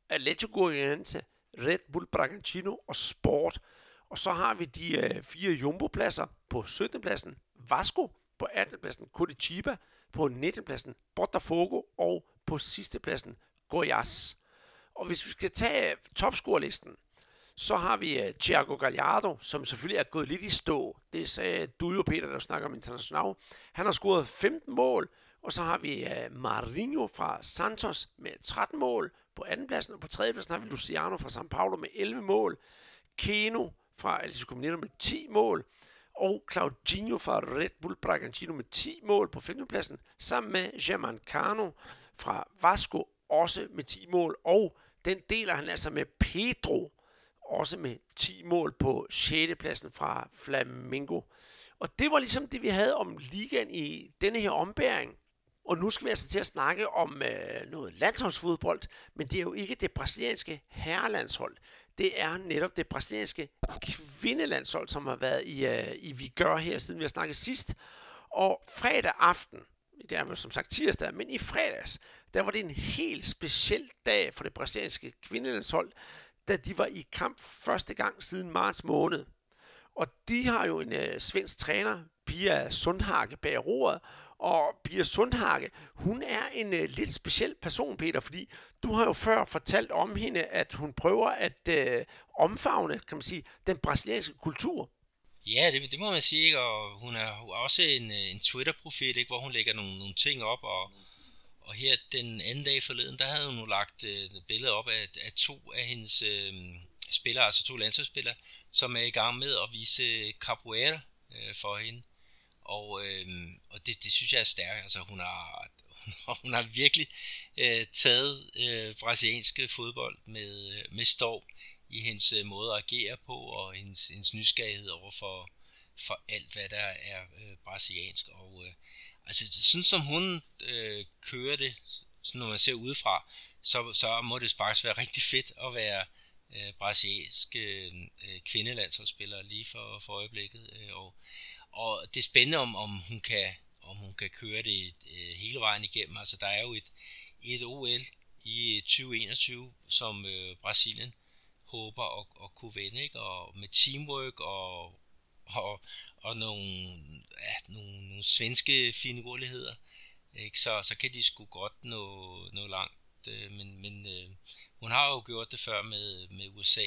Atlético Goianiense, Red Bull Bragantino og Sport. Og så har vi de øh, fire jumbo-pladser på syttende pladsen, Vasco på attende pladsen, Curitiba på nittende pladsen, Botafogo og på sidste pladsen, Goiás. Og hvis vi skal tage topscorerlisten, så har vi uh, Thiago Gallardo, som selvfølgelig er gået lidt i stå. Det sagde du jo, Peter, der snakker om Internacional. Han har scoret femten mål, og så har vi uh, Marinho fra Santos med tretten mål på andenpladsen, og på tredjepladsen har vi Luciano fra São Paulo med elleve mål, Keno fra Atlético Mineiro med ti mål, og Claudinho fra Red Bull Bragantino med ti mål på femtepladsen, sammen med Germán Cano fra Vasco også med ti mål, og den deler han altså med Pedro, også med ti mål på sjette pladsen fra Flamengo. Og det var ligesom det, vi havde om ligaen i denne her ombæring. Og nu skal vi altså til at snakke om øh, noget landsholdsfodbold, men det er jo ikke det brasilianske herrelandshold. Det er netop det brasilianske kvindelandshold, som har været i, øh, i vi gør her, siden vi har snakket sidst. Og fredag aften, det er jo som sagt tirsdag, men i fredags, der var det en helt speciel dag for det brasilianske kvindelandshold, da de var i kamp første gang siden marts måned. Og de har jo en øh, svensk træner, Pia Sundhage, bag roret. Og Pia Sundhage, hun er en øh, lidt speciel person, Peter, fordi du har jo før fortalt om hende, at hun prøver at øh, omfavne, kan man sige, den brasilianske kultur. Ja, det, det må man sige, og hun har også en, en Twitter-profil, ikke, hvor hun lægger nogle, nogle ting op, og, og her den anden dag forleden, der havde hun nu lagt øh, et billede op af, af to af hendes øh, spillere, altså to landsholdsspillere, som er i gang med at vise capoeira øh, for hende. Og, øh, og det, det synes jeg er stærkt. Altså hun har, hun har virkelig øh, taget øh, brasiliansk fodbold med, med storm i hendes øh, måde at agere på, og hendes, hendes nysgerrighed over for, for alt, hvad der er øh, brasiliansk. Og øh, altså sådan som hun øh, kører det, sådan når man ser udefra, så, så må det faktisk være rigtig fedt at være øh, brasiliansk øh, kvindelandsholdsspiller lige for, for øjeblikket. Øh, og Og det er spændende, om, om, hun, kan, om hun kan køre det øh, hele vejen igennem. Altså, der er jo et, et O L i tyve enogtyve, som øh, Brasilien håber at, at kunne vinde, ikke? Og med teamwork og, og, og nogle, ja, nogle, nogle svenske finurligheder, ikke? Så, så kan de sgu godt nå, nå langt. Men, men øh, hun har jo gjort det før med, med U S A.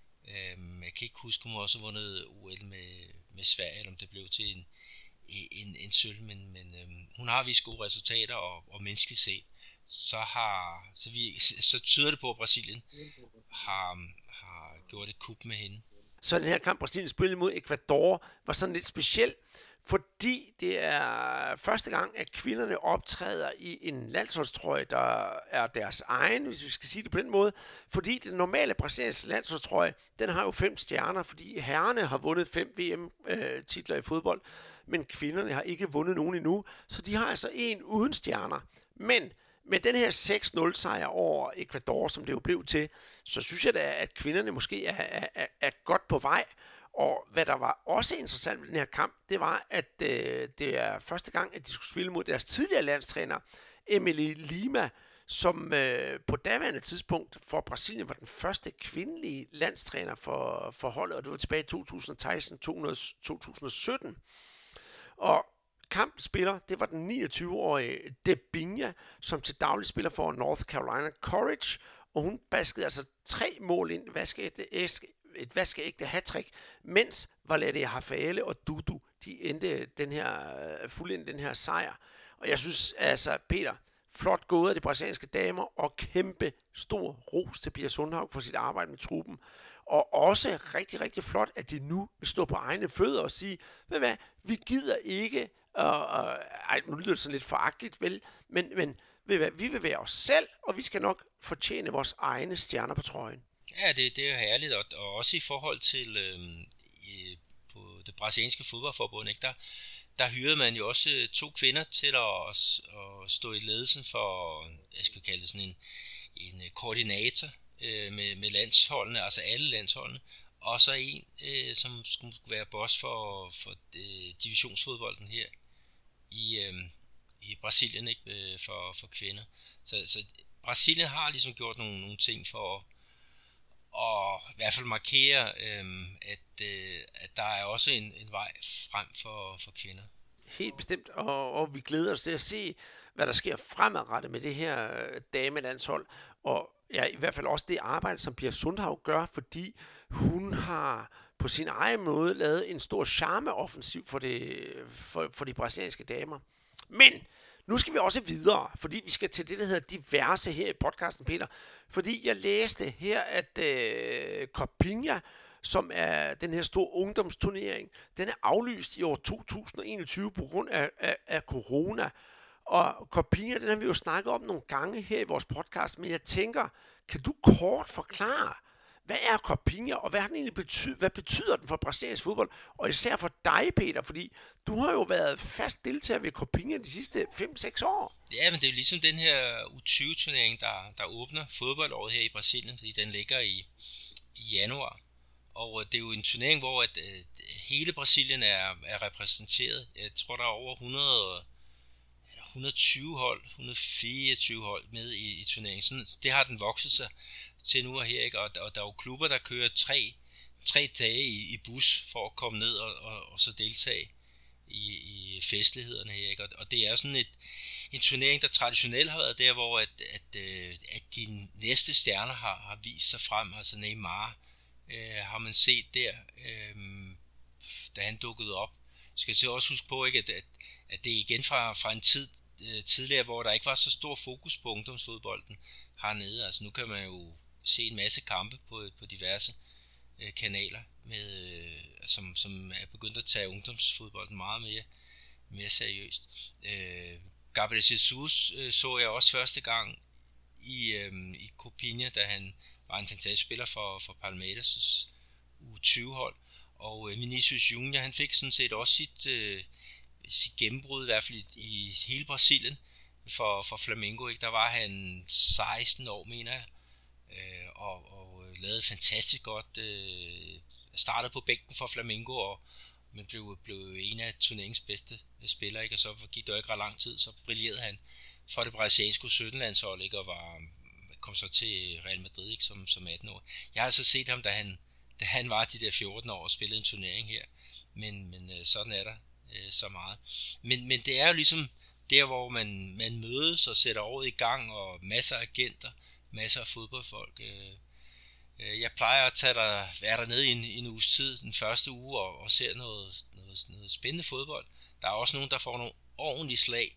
Øhm, jeg kan ikke huske, om hun også har vundet O L med, med Sverige, eller om det blev til en, en, en sølv, men, men øhm, hun har vist gode resultater, og, og menneskeligt set, så, har, så, vi, så tyder det på, at Brasilien har, har gjort et kup med hende. Så den her kamp, Brasilien spillede mod Ecuador, var sådan lidt speciel, fordi det er første gang, at kvinderne optræder i en landsholdstrøje, der er deres egen, hvis vi skal sige det på den måde. Fordi den normale brasilianske landsholdstrøje, den har jo fem stjerner, fordi herrerne har vundet fem V M-titler i fodbold, men kvinderne har ikke vundet nogen endnu, så de har altså en uden stjerner. Men med den her seks nul sejr over Ecuador, som det jo blev til, så synes jeg da, at kvinderne måske er, er, er godt på vej. Og hvad der var også interessant ved den her kamp, det var, at øh, det er første gang, at de skulle spille mod deres tidligere landstræner, Emily Lima, som øh, på daværende tidspunkt for Brasilien var den første kvindelige landstræner for, for holdet, og det var tilbage i to tusind og seksten til to tusind og sytten. Og kampens spiller, det var den niogtyve-årige Debinha, som til daglig spiller for North Carolina Courage, og hun baskede altså tre mål ind, vaskeægte, et vaskeægte hattrick, mens Valeria Rafaele og Dudu, de endte den her, fuldendte den her sejr. Og jeg synes altså, Peter, flot gået af de brasilianske damer, og kæmpe stor ros til Pia Sundhage for sit arbejde med truppen. Og også rigtig, rigtig flot, at de nu vil stå på egne fødder og sige, ved hvad, vi gider ikke, uh, uh, ej, nu lyder det sådan lidt foragteligt, vel, men, men ved hvad, vi vil være os selv, og vi skal nok fortjene vores egne stjerner på trøjen. Ja, det, det er herligt, og, og også i forhold til øhm, i, på det brasilianske fodboldforbund, ikke, der, der hyrede man jo også to kvinder til at, at stå i ledelsen for, jeg skal kalde det sådan en, en koordinator øh, med, med landsholdene, altså alle landsholdene, og så en, øh, som skulle være boss for, for øh, divisionsfodbolden her i, øh, i Brasilien, ikke, for, for kvinder. Så, så Brasilien har ligesom gjort nogle, nogle ting for at og i hvert fald markere, øhm, at, øh, at der er også en, en vej frem for, for kvinder. Helt bestemt, og, og vi glæder os til at se, hvad der sker fremadrettet med det her damelandshold, og ja, i hvert fald også det arbejde, som Pia Sundhag gør, fordi hun har på sin egen måde lavet en stor charmeoffensiv for, det, for, for de brasilianske damer. Men nu skal vi også videre, fordi vi skal til det, der hedder diverse her i podcasten, Peter. Fordi jeg læste her, at øh, Copinha, som er den her store ungdomsturnering, den er aflyst i år to tusind og enogtyve på grund af, af, af corona. Og Copinha, den har vi jo snakket om nogle gange her i vores podcast, men jeg tænker, kan du kort forklare, hvad er Copinha, og hvad, har den egentlig betyder, hvad betyder den for brasiliansk fodbold? Og især for dig, Peter, fordi du har jo været fast deltager ved Copinha de sidste fem seks år. Ja, men det er jo ligesom den her U tyve turnering, der, der åbner fodboldåret her i Brasilien, fordi den ligger i, i januar. Og det er jo en turnering, hvor at, at hele Brasilien er, er repræsenteret. Jeg tror, der er over hundrede, hundrede og tyve hold, hundrede og fireogtyve hold med i, i turneringen. Sådan, det har den vokset sig til nu og her, ikke? Og, og der er jo klubber, der kører tre, tre dage i, i bus for at komme ned og, og, og så deltage i, i festlighederne her, ikke? Og, og det er sådan et, en turnering, der traditionelt har været der, hvor at, at, at de næste stjerner har, har vist sig frem. Altså Neymar øh, har man set der, øh, da han dukkede op. Skal jeg også huske på, ikke, at, at, at det er igen fra, fra en tid øh, tidligere, hvor der ikke var så stor fokus på ungdomsfodbolden hernede. Altså nu kan man jo se en masse kampe på, på diverse øh, kanaler, med, øh, som, som er begyndt at tage ungdomsfodbolden meget mere, mere seriøst. Øh, Gabriel Jesus øh, så jeg også første gang i, øh, i Copinha, da han var en fantastisk spiller for, for Palmeiras' U tyve hold. Og øh, Vinicius Junior, han fik sådan set også sit, øh, sit gennembrud, i hvert fald i, i hele Brasilien, for, for Flamengo. Ikke? Der var han seksten år, mener jeg, øh, og, og lavede fantastisk godt. Øh, startede på bænken for Flamengo, og men blev, blev en af turneringens bedste spillere, ikke? Og så gik der ikke ret lang tid, så brillerede han for det brasilianske sytten-landshold, ikke? Og var, kom så til Real Madrid, ikke? Som, som atten år. Jeg har så set ham, da han, da han var de der fjorten år og spillede en turnering her, men, men sådan er der øh, så meget. Men, men det er jo ligesom der, hvor man, man mødes og sætter året i gang, og masser af agenter, masser af fodboldfolk. Øh, Jeg plejer at tage der, være dernede i en, en uges tid, den første uge, og, og ser noget, noget, noget spændende fodbold. Der er også nogen, der får nogle ordentlige slag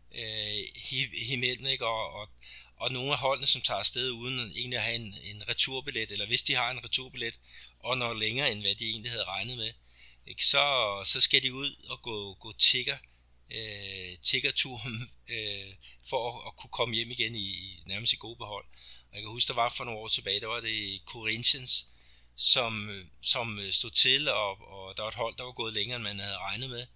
øh, imellem, ikke? Og, og, og nogle af holdene, som tager afsted uden egentlig at have en, en returbillet, eller hvis de har en returbillet, og når længere end hvad de egentlig havde regnet med, ikke? Så, så skal de ud og gå, gå tigger, øh, tiggerturen øh, for at, at kunne komme hjem igen i, i nærmest i gode behold. Jeg kan huske, der var for nogle år tilbage, der var det Corinthians, som, som stod til, og, og der var et hold, der var gået længere, end man havde regnet med,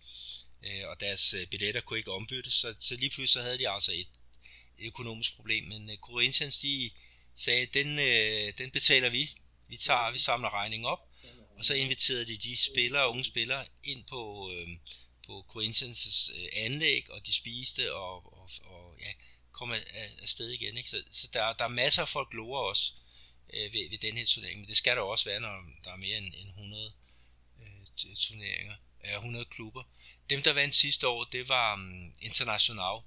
og deres billetter kunne ikke ombyttes, så, så lige pludselig så havde de altså et, et økonomisk problem, men Corinthians, de sagde, den, den betaler vi, vi tager, vi samler regningen op, og så inviterede de de spillere, unge spillere, ind på, på Corinthians anlæg, og de spiste, og, og, og ja, komme afsted igen, ikke? Så, så der, der er masser af folklore også øh, ved, ved den her turnering, men det skal der også være, når der er mere end, end hundrede øh, turneringer, øh, hundrede klubber. Dem, der vandt sidste år, det var um, Internacional,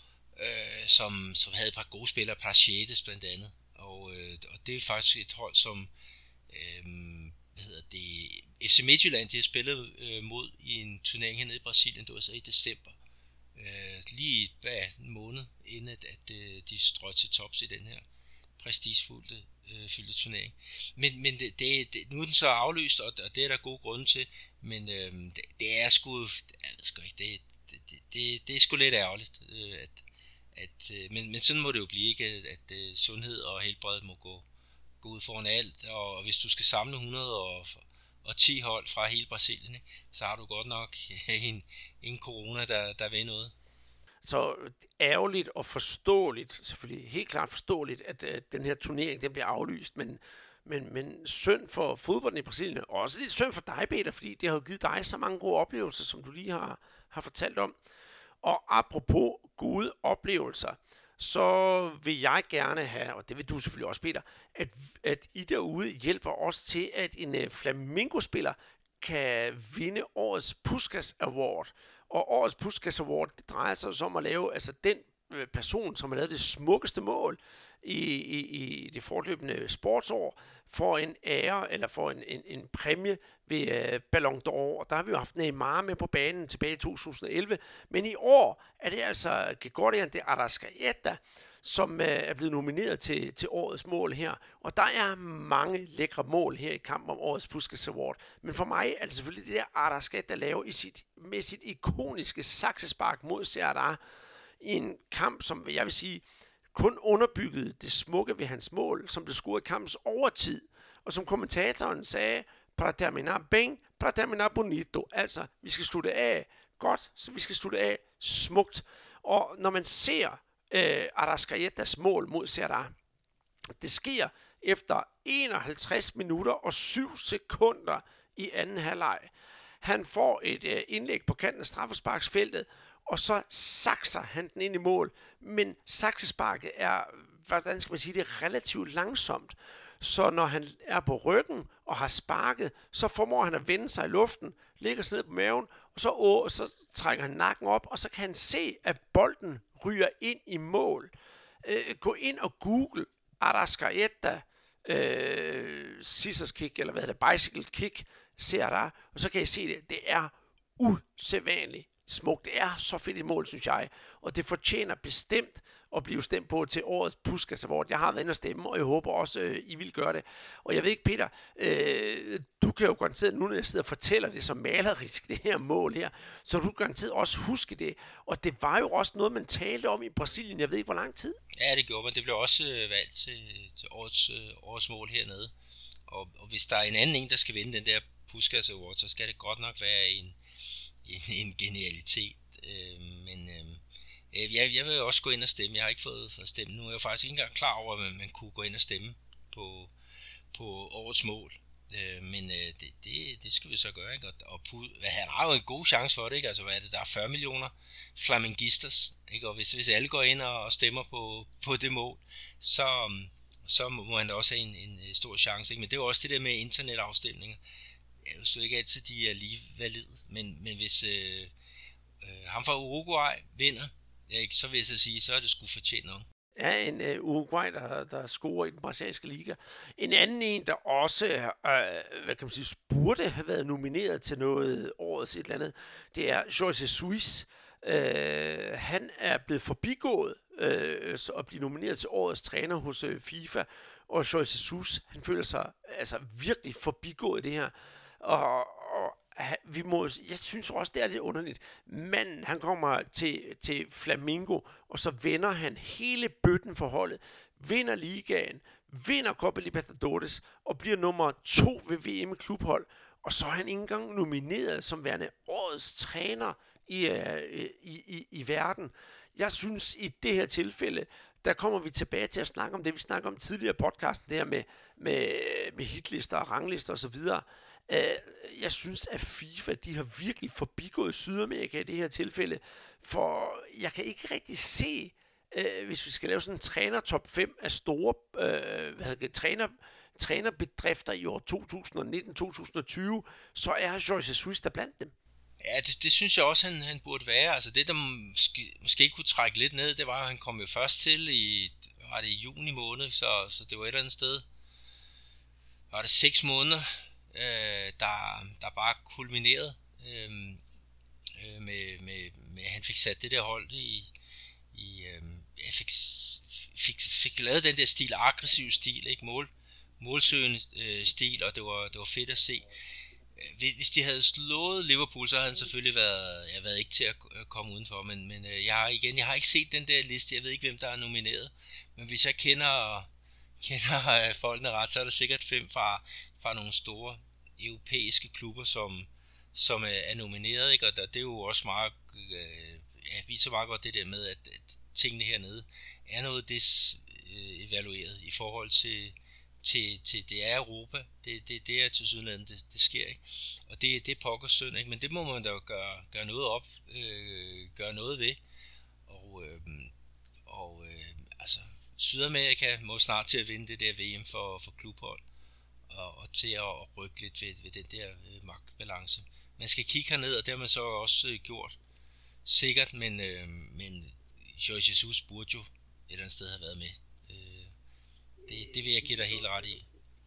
øh, som, som havde et par gode spillere, Praxedes blandt andet, og, øh, og det er faktisk et hold, som øh, hvad hedder det, F C Midtjylland, de har spillet øh, mod i en turnering hernede i Brasilien, det var så i december. Øh, lige hvad, en måned inden at, at øh, de strøg til tops i den her prestigefyldte øh, fyldte turnering. Men, men det, det, det, nu er den så aflyst, og, og det er der gode grunde til, men øh, det, det er sgu, jeg ved sgu ikke, det, det, det, det, det er sgu lidt ærgerligt, øh, at, at, øh, men, men sådan må det jo blive, ikke, at, at øh, sundhed og helbred må gå, gå ud foran alt, og, og hvis du skal samle hundrede og og ti hold fra hele Brasilien, ikke? Så har du godt nok en, en corona, der, der ved noget. Så ærgerligt og forståeligt, selvfølgelig helt klart forståeligt, at, at den her turnering den bliver aflyst, men, men, men synd for fodbolden i Brasilien, og også lidt synd for dig, Peter, fordi det har jo givet dig så mange gode oplevelser, som du lige har, har fortalt om. Og apropos gode oplevelser, så vil jeg gerne have, og det vil du selvfølgelig også, Peter, at, at I derude hjælper os til, at en uh, Flamengo-spiller kan vinde årets Puskas Award. Og årets Puskas Award, det drejer sig om at lave altså den person, som har lavet det smukkeste mål i, i, i det fortløbende sportsår, får en ære, eller får en, en, en præmie ved uh, Ballon d'Or. Og der har vi jo haft Neymar med på banen tilbage i to tusind og elleve. Men i år er det altså Gregorian de Arrascaeta, som uh, er blevet nomineret til, til årets mål her. Og der er mange lækre mål her i kampen om årets Puskas Award. Men for mig er det selvfølgelig det der Arrascaeta laver i sit, med sit ikoniske saksespark mod Serdar, i en kamp, som jeg vil sige, kun underbyggede det smukke ved hans mål, som blev scoret i kampens overtid, og som kommentatoren sagde, para terminar bem, para terminar bonito, altså, vi skal slutte af godt, så vi skal slutte af smukt. Og når man ser øh, Arrascaetas mål mod Serdar, det sker efter enoghalvtreds minutter og syv sekunder i anden halvleg. Han får et øh, indlæg på kanten af straffesparksfeltet, og så sakser han den ind i mål. Men saksesparket er, hvordan skal man sige det, relativt langsomt. Så når han er på ryggen og har sparket, så formår han at vende sig i luften, ligger sig ned på maven, og så, og så trækker han nakken op, og så kan han se, at bolden ryger ind i mål. Øh, gå ind og google Arrascaeta øh, scissors kick, eller hvad hedder det, bicycle kick, ser der, og så kan I se det. Det er usædvanligt smukt. Det er så fedt et mål, synes jeg. Og det fortjener bestemt at blive stemt på til årets Puskas Award. Jeg har været inde og stemme, og jeg håber også, øh, I vil gøre det. Og jeg ved ikke, Peter, øh, du kan jo garanteret, nu når jeg sidder og fortæller det så malerisk, det her mål her, så du kan garanteret også huske det. Og det var jo også noget, man talte om i Brasilien. Jeg ved ikke, hvor lang tid. Ja, det gjorde man. Det blev også øh, valgt til, til årets, øh, årets mål hernede. Og, og hvis der er en anden en, der skal vinde den der Puskas Award, så skal det godt nok være en en genialitet, øh, men øh, jeg, jeg vil også gå ind og stemme. Jeg har ikke fået for at stemme. Nu er jeg faktisk ikke engang klar over, at man, man kunne gå ind og stemme på, på årets mål. Øh, men øh, det, det, det skal vi så gøre, ikke? Og, og han har jo en god chance for det, ikke? Altså, hvad er det? Der er fyrre millioner flamengistas, ikke? Og hvis, hvis alle går ind og, og stemmer på, på det mål, så, så må han da også have en, en stor chance, ikke? Men det er jo også det der med internetafstemninger. Jeg synes ikke altid, de er lige valide, men, men hvis øh, øh, ham fra Uruguay vinder, ja, så vil jeg så sige, så er det sgu fortjent nok. Ja, en uh, Uruguay, der, der scorer i den brasilianske liga. En anden en, der også uh, hvad kan man sige, burde have været nomineret til noget årets et eller andet, det er Jorge Jesus. Uh, han er blevet forbigået uh, og blive nomineret til årets træner hos uh, FIFA, og Jorge Jesus, han føler sig altså virkelig forbigået det her. Og, og vi må, jeg synes også, det er lidt underligt. Manden, han kommer til, til Flamengo, og så vinder han hele bøtten for holdet, vinder ligaen, vinder Copa Libertadores, og bliver nummer to ved V M klubhold. Og så er han ikke engang nomineret som værende årets træner i, i, i, i verden. Jeg synes, i det her tilfælde, der kommer vi tilbage til at snakke om det, vi snakker om tidligere i podcasten, det her med, med, med hitlister og ranglister osv. Jeg synes, at FIFA, de har virkelig forbigået Sydamerika i det her tilfælde, for jeg kan ikke rigtig se, øh, hvis vi skal lave sådan en træner top fem af store øh, hvad hedder det, træner, trænerbedrifter i år to tusind nitten til to tusind tyve, så er Jorge Jesus der blandt dem. Ja, det, det synes jeg også, han, han burde være. Altså det, der måske, måske kunne trække lidt ned, det var, at han kom jo først til i, var det i juni måned, så, så det var et eller andet sted, var det seks måneder, øh, der, der bare kulminerede øh, med, med, med, at han fik sat det der hold i, i øh, fik, fik, fik lavet den der stil, aggressiv stil, ikke? Mål, målsøgende øh, stil, og det var, det var fedt at se. Hvis de havde slået Liverpool, så havde han selvfølgelig været, jeg ved ikke til at komme udenfor, men, men jeg har igen, jeg har ikke set den der liste, jeg ved ikke hvem der er nomineret, men hvis jeg kender, kender folkene ret, så er der sikkert fem fra, fra nogle store europæiske klubber, som, som er nomineret, ikke? Og der, det er jo også meget, ja, viser meget godt det der med, at, at tingene hernede er noget desevalueret i forhold til Til, til det er Europa, det, det, det er til Sydlandet, det, det sker, ikke? Og det, det er pokker synd, ikke? Men det må man da gøre, gøre noget op, øh, gøre noget ved. Og, øh, og øh, altså, Sydamerika må snart til at vinde det der V M for, for klubhold, og, og til at rykke lidt ved, ved den der øh, magtbalance. Man skal kigge herned, og det har man så også øh, gjort, sikkert, men, øh, men Jorge Jesus burde jo et eller andet sted have været med. Øh, det, det vil jeg give dig helt ret i.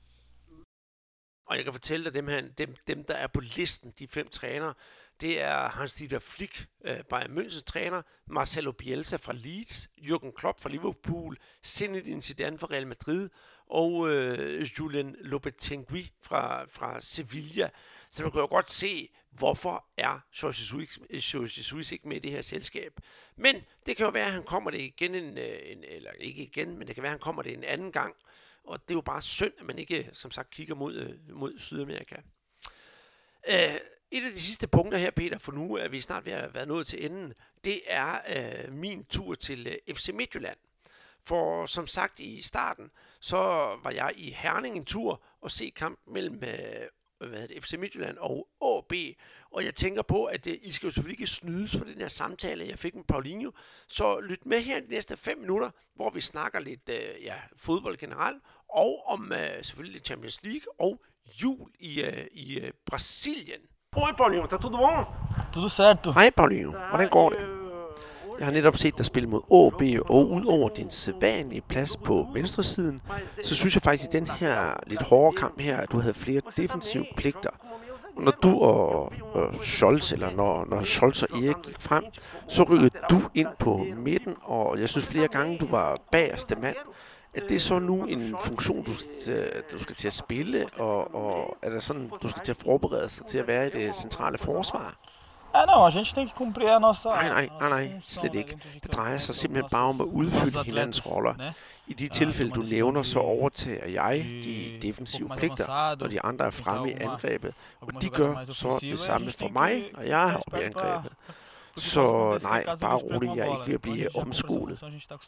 Og jeg kan fortælle dig, dem, her, dem, dem der er på listen, de fem trænere, det er Hans-Dieter Flick, øh, Bayern Münchens træner, Marcelo Bielsa fra Leeds, Jürgen Klopp fra Liverpool, Zinedine Zidane fra Real Madrid og øh, Julien Lopetegui fra, fra Sevilla. Så du kan jo godt se, hvorfor er Jorge Jesus ikke med i det her selskab. Men det kan jo være, at han kommer det igen, en, en, eller ikke igen, men det kan være, at han kommer det en anden gang. Og det er jo bare synd, at man ikke, som sagt, kigger mod, mod Sydamerika. Uh, et af de sidste punkter her, Peter, for nu er vi snart ved at være nået til enden, det er uh, min tur til uh, F C Midtjylland. For som sagt i starten, så var jeg i Herning en tur og se kampen mellem uh, hvad det, F C Midtjylland og A B. Og jeg tænker på, at uh, I skal jo selvfølgelig ikke snydes for den her samtale, jeg fik med Paulinho. Så lyt med her de næste fem minutter, hvor vi snakker lidt uh, ja, fodbold generelt, og om uh, selvfølgelig Champions League og jul i, uh, i uh, Brasilien. Oi, Paulinho, tá tudo bom? Tudo certo. Hej, Paulinho. Hvordan går det? Jeg har netop set dig spille mod A B, og ud over din sædvanlige plads på venstresiden, så synes jeg faktisk, i den her lidt hårde kamp her, at du havde flere defensive pligter. Og når du og, og Scholz, eller når, når Scholz og Erik gik frem, så rykkede du ind på midten, og jeg synes flere gange, du var bagerste mand. Er det så nu en funktion, du skal, du skal til at spille, og, og er det sådan, du skal til at forberede sig til at være i det centrale forsvar? Ja, não, a gente tem que cumprir a nossa... Nej, nej, nej, nej, slet ikke. Det drejer sig simpelthen bare om at udfylde hinandens roller. I de tilfælde, du nævner, så overtager jeg de defensive pligter, når de andre er fremme i angrebet. Og de gør så det samme for mig, når jeg er oppe i angrebet. Så nej, bare roligt, jeg er ikke ved at blive omskolet.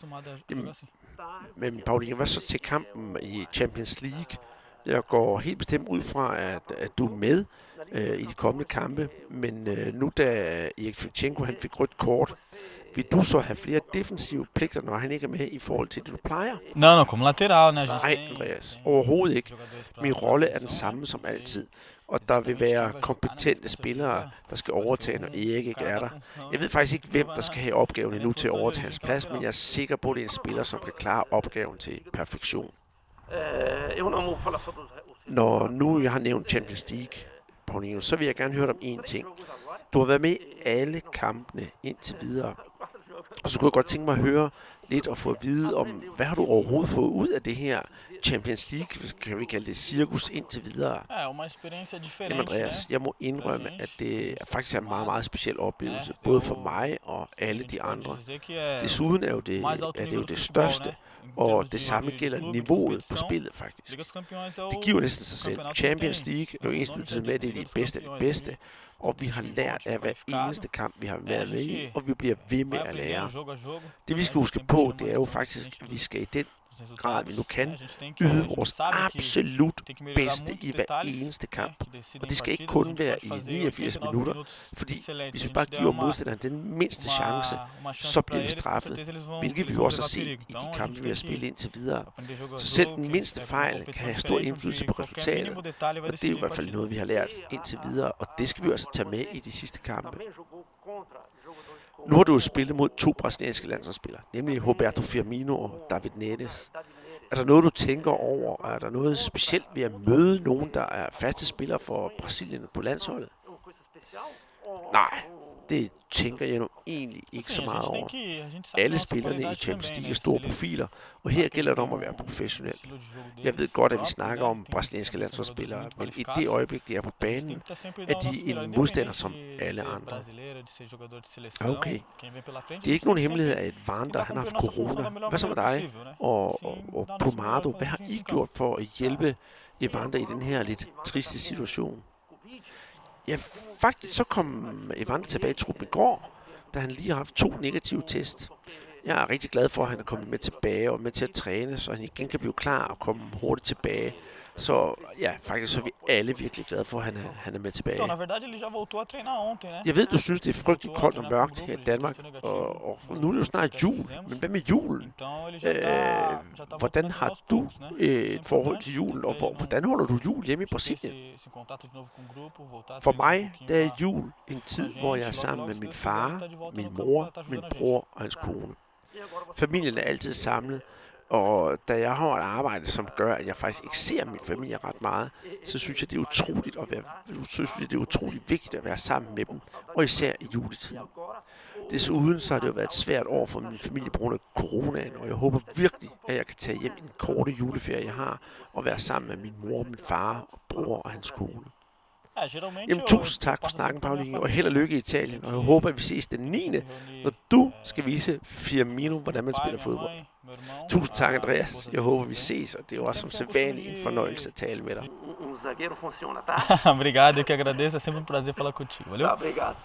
Men Paulinho, hvad så til kampen i Champions League? Jeg går helt bestemt ud fra, at, at du er med øh, i de kommende kampe, men øh, nu da Erik Shevchenko han fik rødt kort, vil du så have flere defensive pligter, når han ikke er med i forhold til det, du plejer? Não, não, como lateral, né? Nej, Andreas, overhovedet ikke. Min rolle er den samme som altid, og der vil være kompetente spillere, der skal overtage, når Erik ikke er der. Jeg ved faktisk ikke, hvem der skal have opgaven endnu til at overtage hans plads, men jeg er sikker på, at det er en spiller, som kan klare opgaven til perfektion. Når nu jeg har nævnt Champions League, Paulinho, så vil jeg gerne høre om én ting. Du har været med i alle kampene indtil videre. Og så kunne jeg godt tænke mig at høre lidt og få at vide om, hvad har du overhovedet fået ud af det her Champions League, kan vi kalde det cirkus indtil videre? Jamen Andreas, jeg må indrømme, at det faktisk er en meget, meget speciel oplevelse, både for mig og alle de andre. Desuden er, jo det, er det jo det største, og det samme gælder niveauet på spillet faktisk. Det giver næsten sig selv. Champions League er jo ensbetydende med, at det er de bedste af de bedste, og vi har lært af hver eneste kamp, vi har været med i, og vi bliver ved med at lære. Det vi skal huske på, det er jo faktisk, at vi skal i den grad, vi nu kan, yde vores absolut bedste i hver eneste kamp. Og det skal ikke kun være i niogfirs minutter, fordi hvis vi bare giver modstanderen den mindste chance, så bliver vi straffet, hvilket vi jo også har set i de kampe, vi har spillet indtil videre. Så selv den mindste fejl kan have stor indflydelse på resultatet, og det er jo i hvert fald noget, vi har lært indtil videre, og det skal vi også tage med i de sidste kampe. Nu har du jo spillet mod to brasilianske landsholdsspillere, nemlig Roberto Firmino og David Neres. Er der noget, du tænker over? Er der noget specielt ved at møde nogen, der er faste spillere for Brasilien på landsholdet? Nej, det tænker jeg nu egentlig ikke så meget over. Alle spillerne i Champions League er store profiler, og her gælder det om at være professionel. Jeg ved godt, at vi snakker om brasilianske landsholdsspillere, men i det øjeblik, de er på banen, er de en modstander som alle andre. Okay. Det er ikke nogen hemmelighed, at Evander han har haft corona. Hvad så med dig og, og, og Pomado? Hvad har I gjort for at hjælpe Evander i den her lidt triste situation? Ja, faktisk så kom Evander tilbage i truppen i går, da han lige har haft to negative test. Jeg er rigtig glad for, at han er kommet med tilbage og med til at træne, så han igen kan blive klar og komme hurtigt tilbage. Så ja, faktisk så er vi alle virkelig glade for, at han er, han er med tilbage. Então, na verdade, ele já voltou a treinar ontem, né? Jeg ved, du synes, det er frygteligt koldt og mørkt her i Danmark, og, og nu er det jo snart jul. Men hvad med julen? Øh, hvordan har du et forhold til julen, og hvor, hvordan holder du jul hjemme i Brasilien? For mig, der er jul en tid, hvor jeg er sammen med min far, min mor, min bror og hans kone. Familien er altid samlet, og da jeg har et arbejde, som gør, at jeg faktisk ikke ser min familie ret meget, så synes jeg, det er utroligt at være, så synes jeg, det er utroligt vigtigt at være sammen med dem, og især i juletiden. Desuden så har det jo været et svært år for min familie på grund af coronaen, og jeg håber virkelig, at jeg kan tage hjem i den korte juleferie, jeg har, og være sammen med min mor, min far, og bror og hans kone. Jamen, tusind tak for snakken, Paulinho, og held og lykke i Italien, og jeg håber, at vi ses den niende, når du skal vise Firmino, hvordan man spiller fodbold. Tusind tak, Andreas. Jeg håber, vi ses, og det er jo også som sædvanligt en fornøjelse at tale med dig. Obrigado, eu que agradeço. É sempre um prazer falar contigo. Valeu? Obrigado.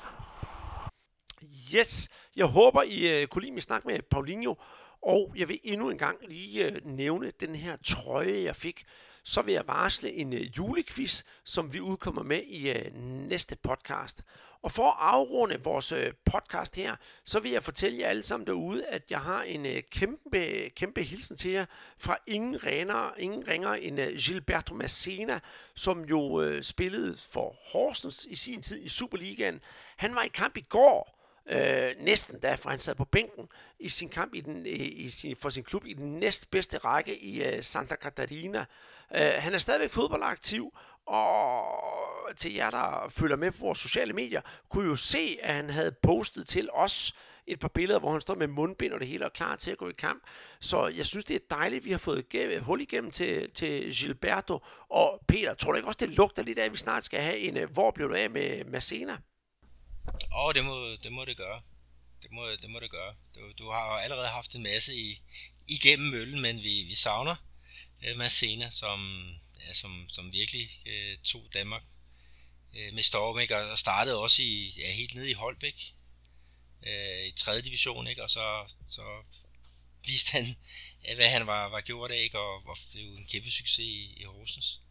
Yes, jeg håber, I uh, kunne lide min snak med Paulinho, og jeg vil endnu en gang lige uh, nævne den her trøje, jeg fik. Så vil jeg varsle en uh, julequiz, som vi udkommer med i uh, næste podcast. Og for at afrunde vores uh, podcast her, så vil jeg fortælle jer alle sammen derude, at jeg har en uh, kæmpe, kæmpe hilsen til jer fra ingen ringer, ingen ringer end uh, Gilberto Macena, som jo uh, spillede for Horsens i sin tid i Superligaen. Han var i kamp i går. Øh, næsten da, for han sad på bænken i sin kamp i den, i sin, for sin klub i den næstbedste række i uh, Santa Catarina. Øh, han er stadigvæk fodboldaktiv, og til jer, der følger med på vores sociale medier, kunne jo se, at han havde postet til os et par billeder, hvor han står med mundbind og det hele er klar til at gå i kamp. Så jeg synes, det er dejligt, at vi har fået hul igennem til, til Gilberto. Og Peter, tror du ikke også, det lugter lidt af, at vi snart skal have en, hvor blev du af med Macena? Åh, oh, det må det må det gøre. Det må det må det gøre. Du, du har allerede haft en masse i igennem møllen, men vi vi savner uh, Macena, som ja, som som virkelig uh, tog Danmark uh, med storm, ikke? Og startede også i ja, helt nede i Holbæk uh, i tredje division, ikke? Og så så viste han ja, hvad han var var gjort af, ikke? Og var det jo en kæmpe succes i, i Horsens.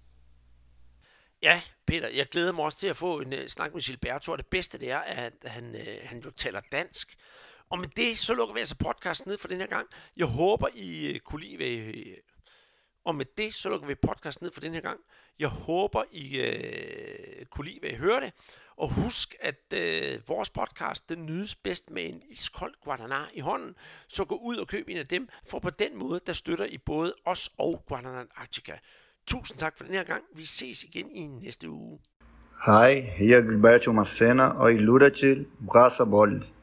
Ja, Peter, jeg glæder mig også til at få en uh, snak med Gilberto, og det bedste det er, at han, uh, han jo taler dansk. Og med det, så lukker vi altså podcasten ned for den her gang. Jeg håber, I uh, kunne lide, uh, og med det, så lukker vi podcasten ned for den her gang. Jeg håber, I uh, kunne lide, hvad I hørte. Og husk, at uh, vores podcast, den nydes bedst med en iskold Guaraná i hånden. Så gå ud og køb en af dem, for på den måde, der støtter I både os og Guaraná Antarctica. Tusind tak for den her gang. Vi ses igen i næste uge. Hej, her er Gilberto Macena, og I lytter til Brasserbold.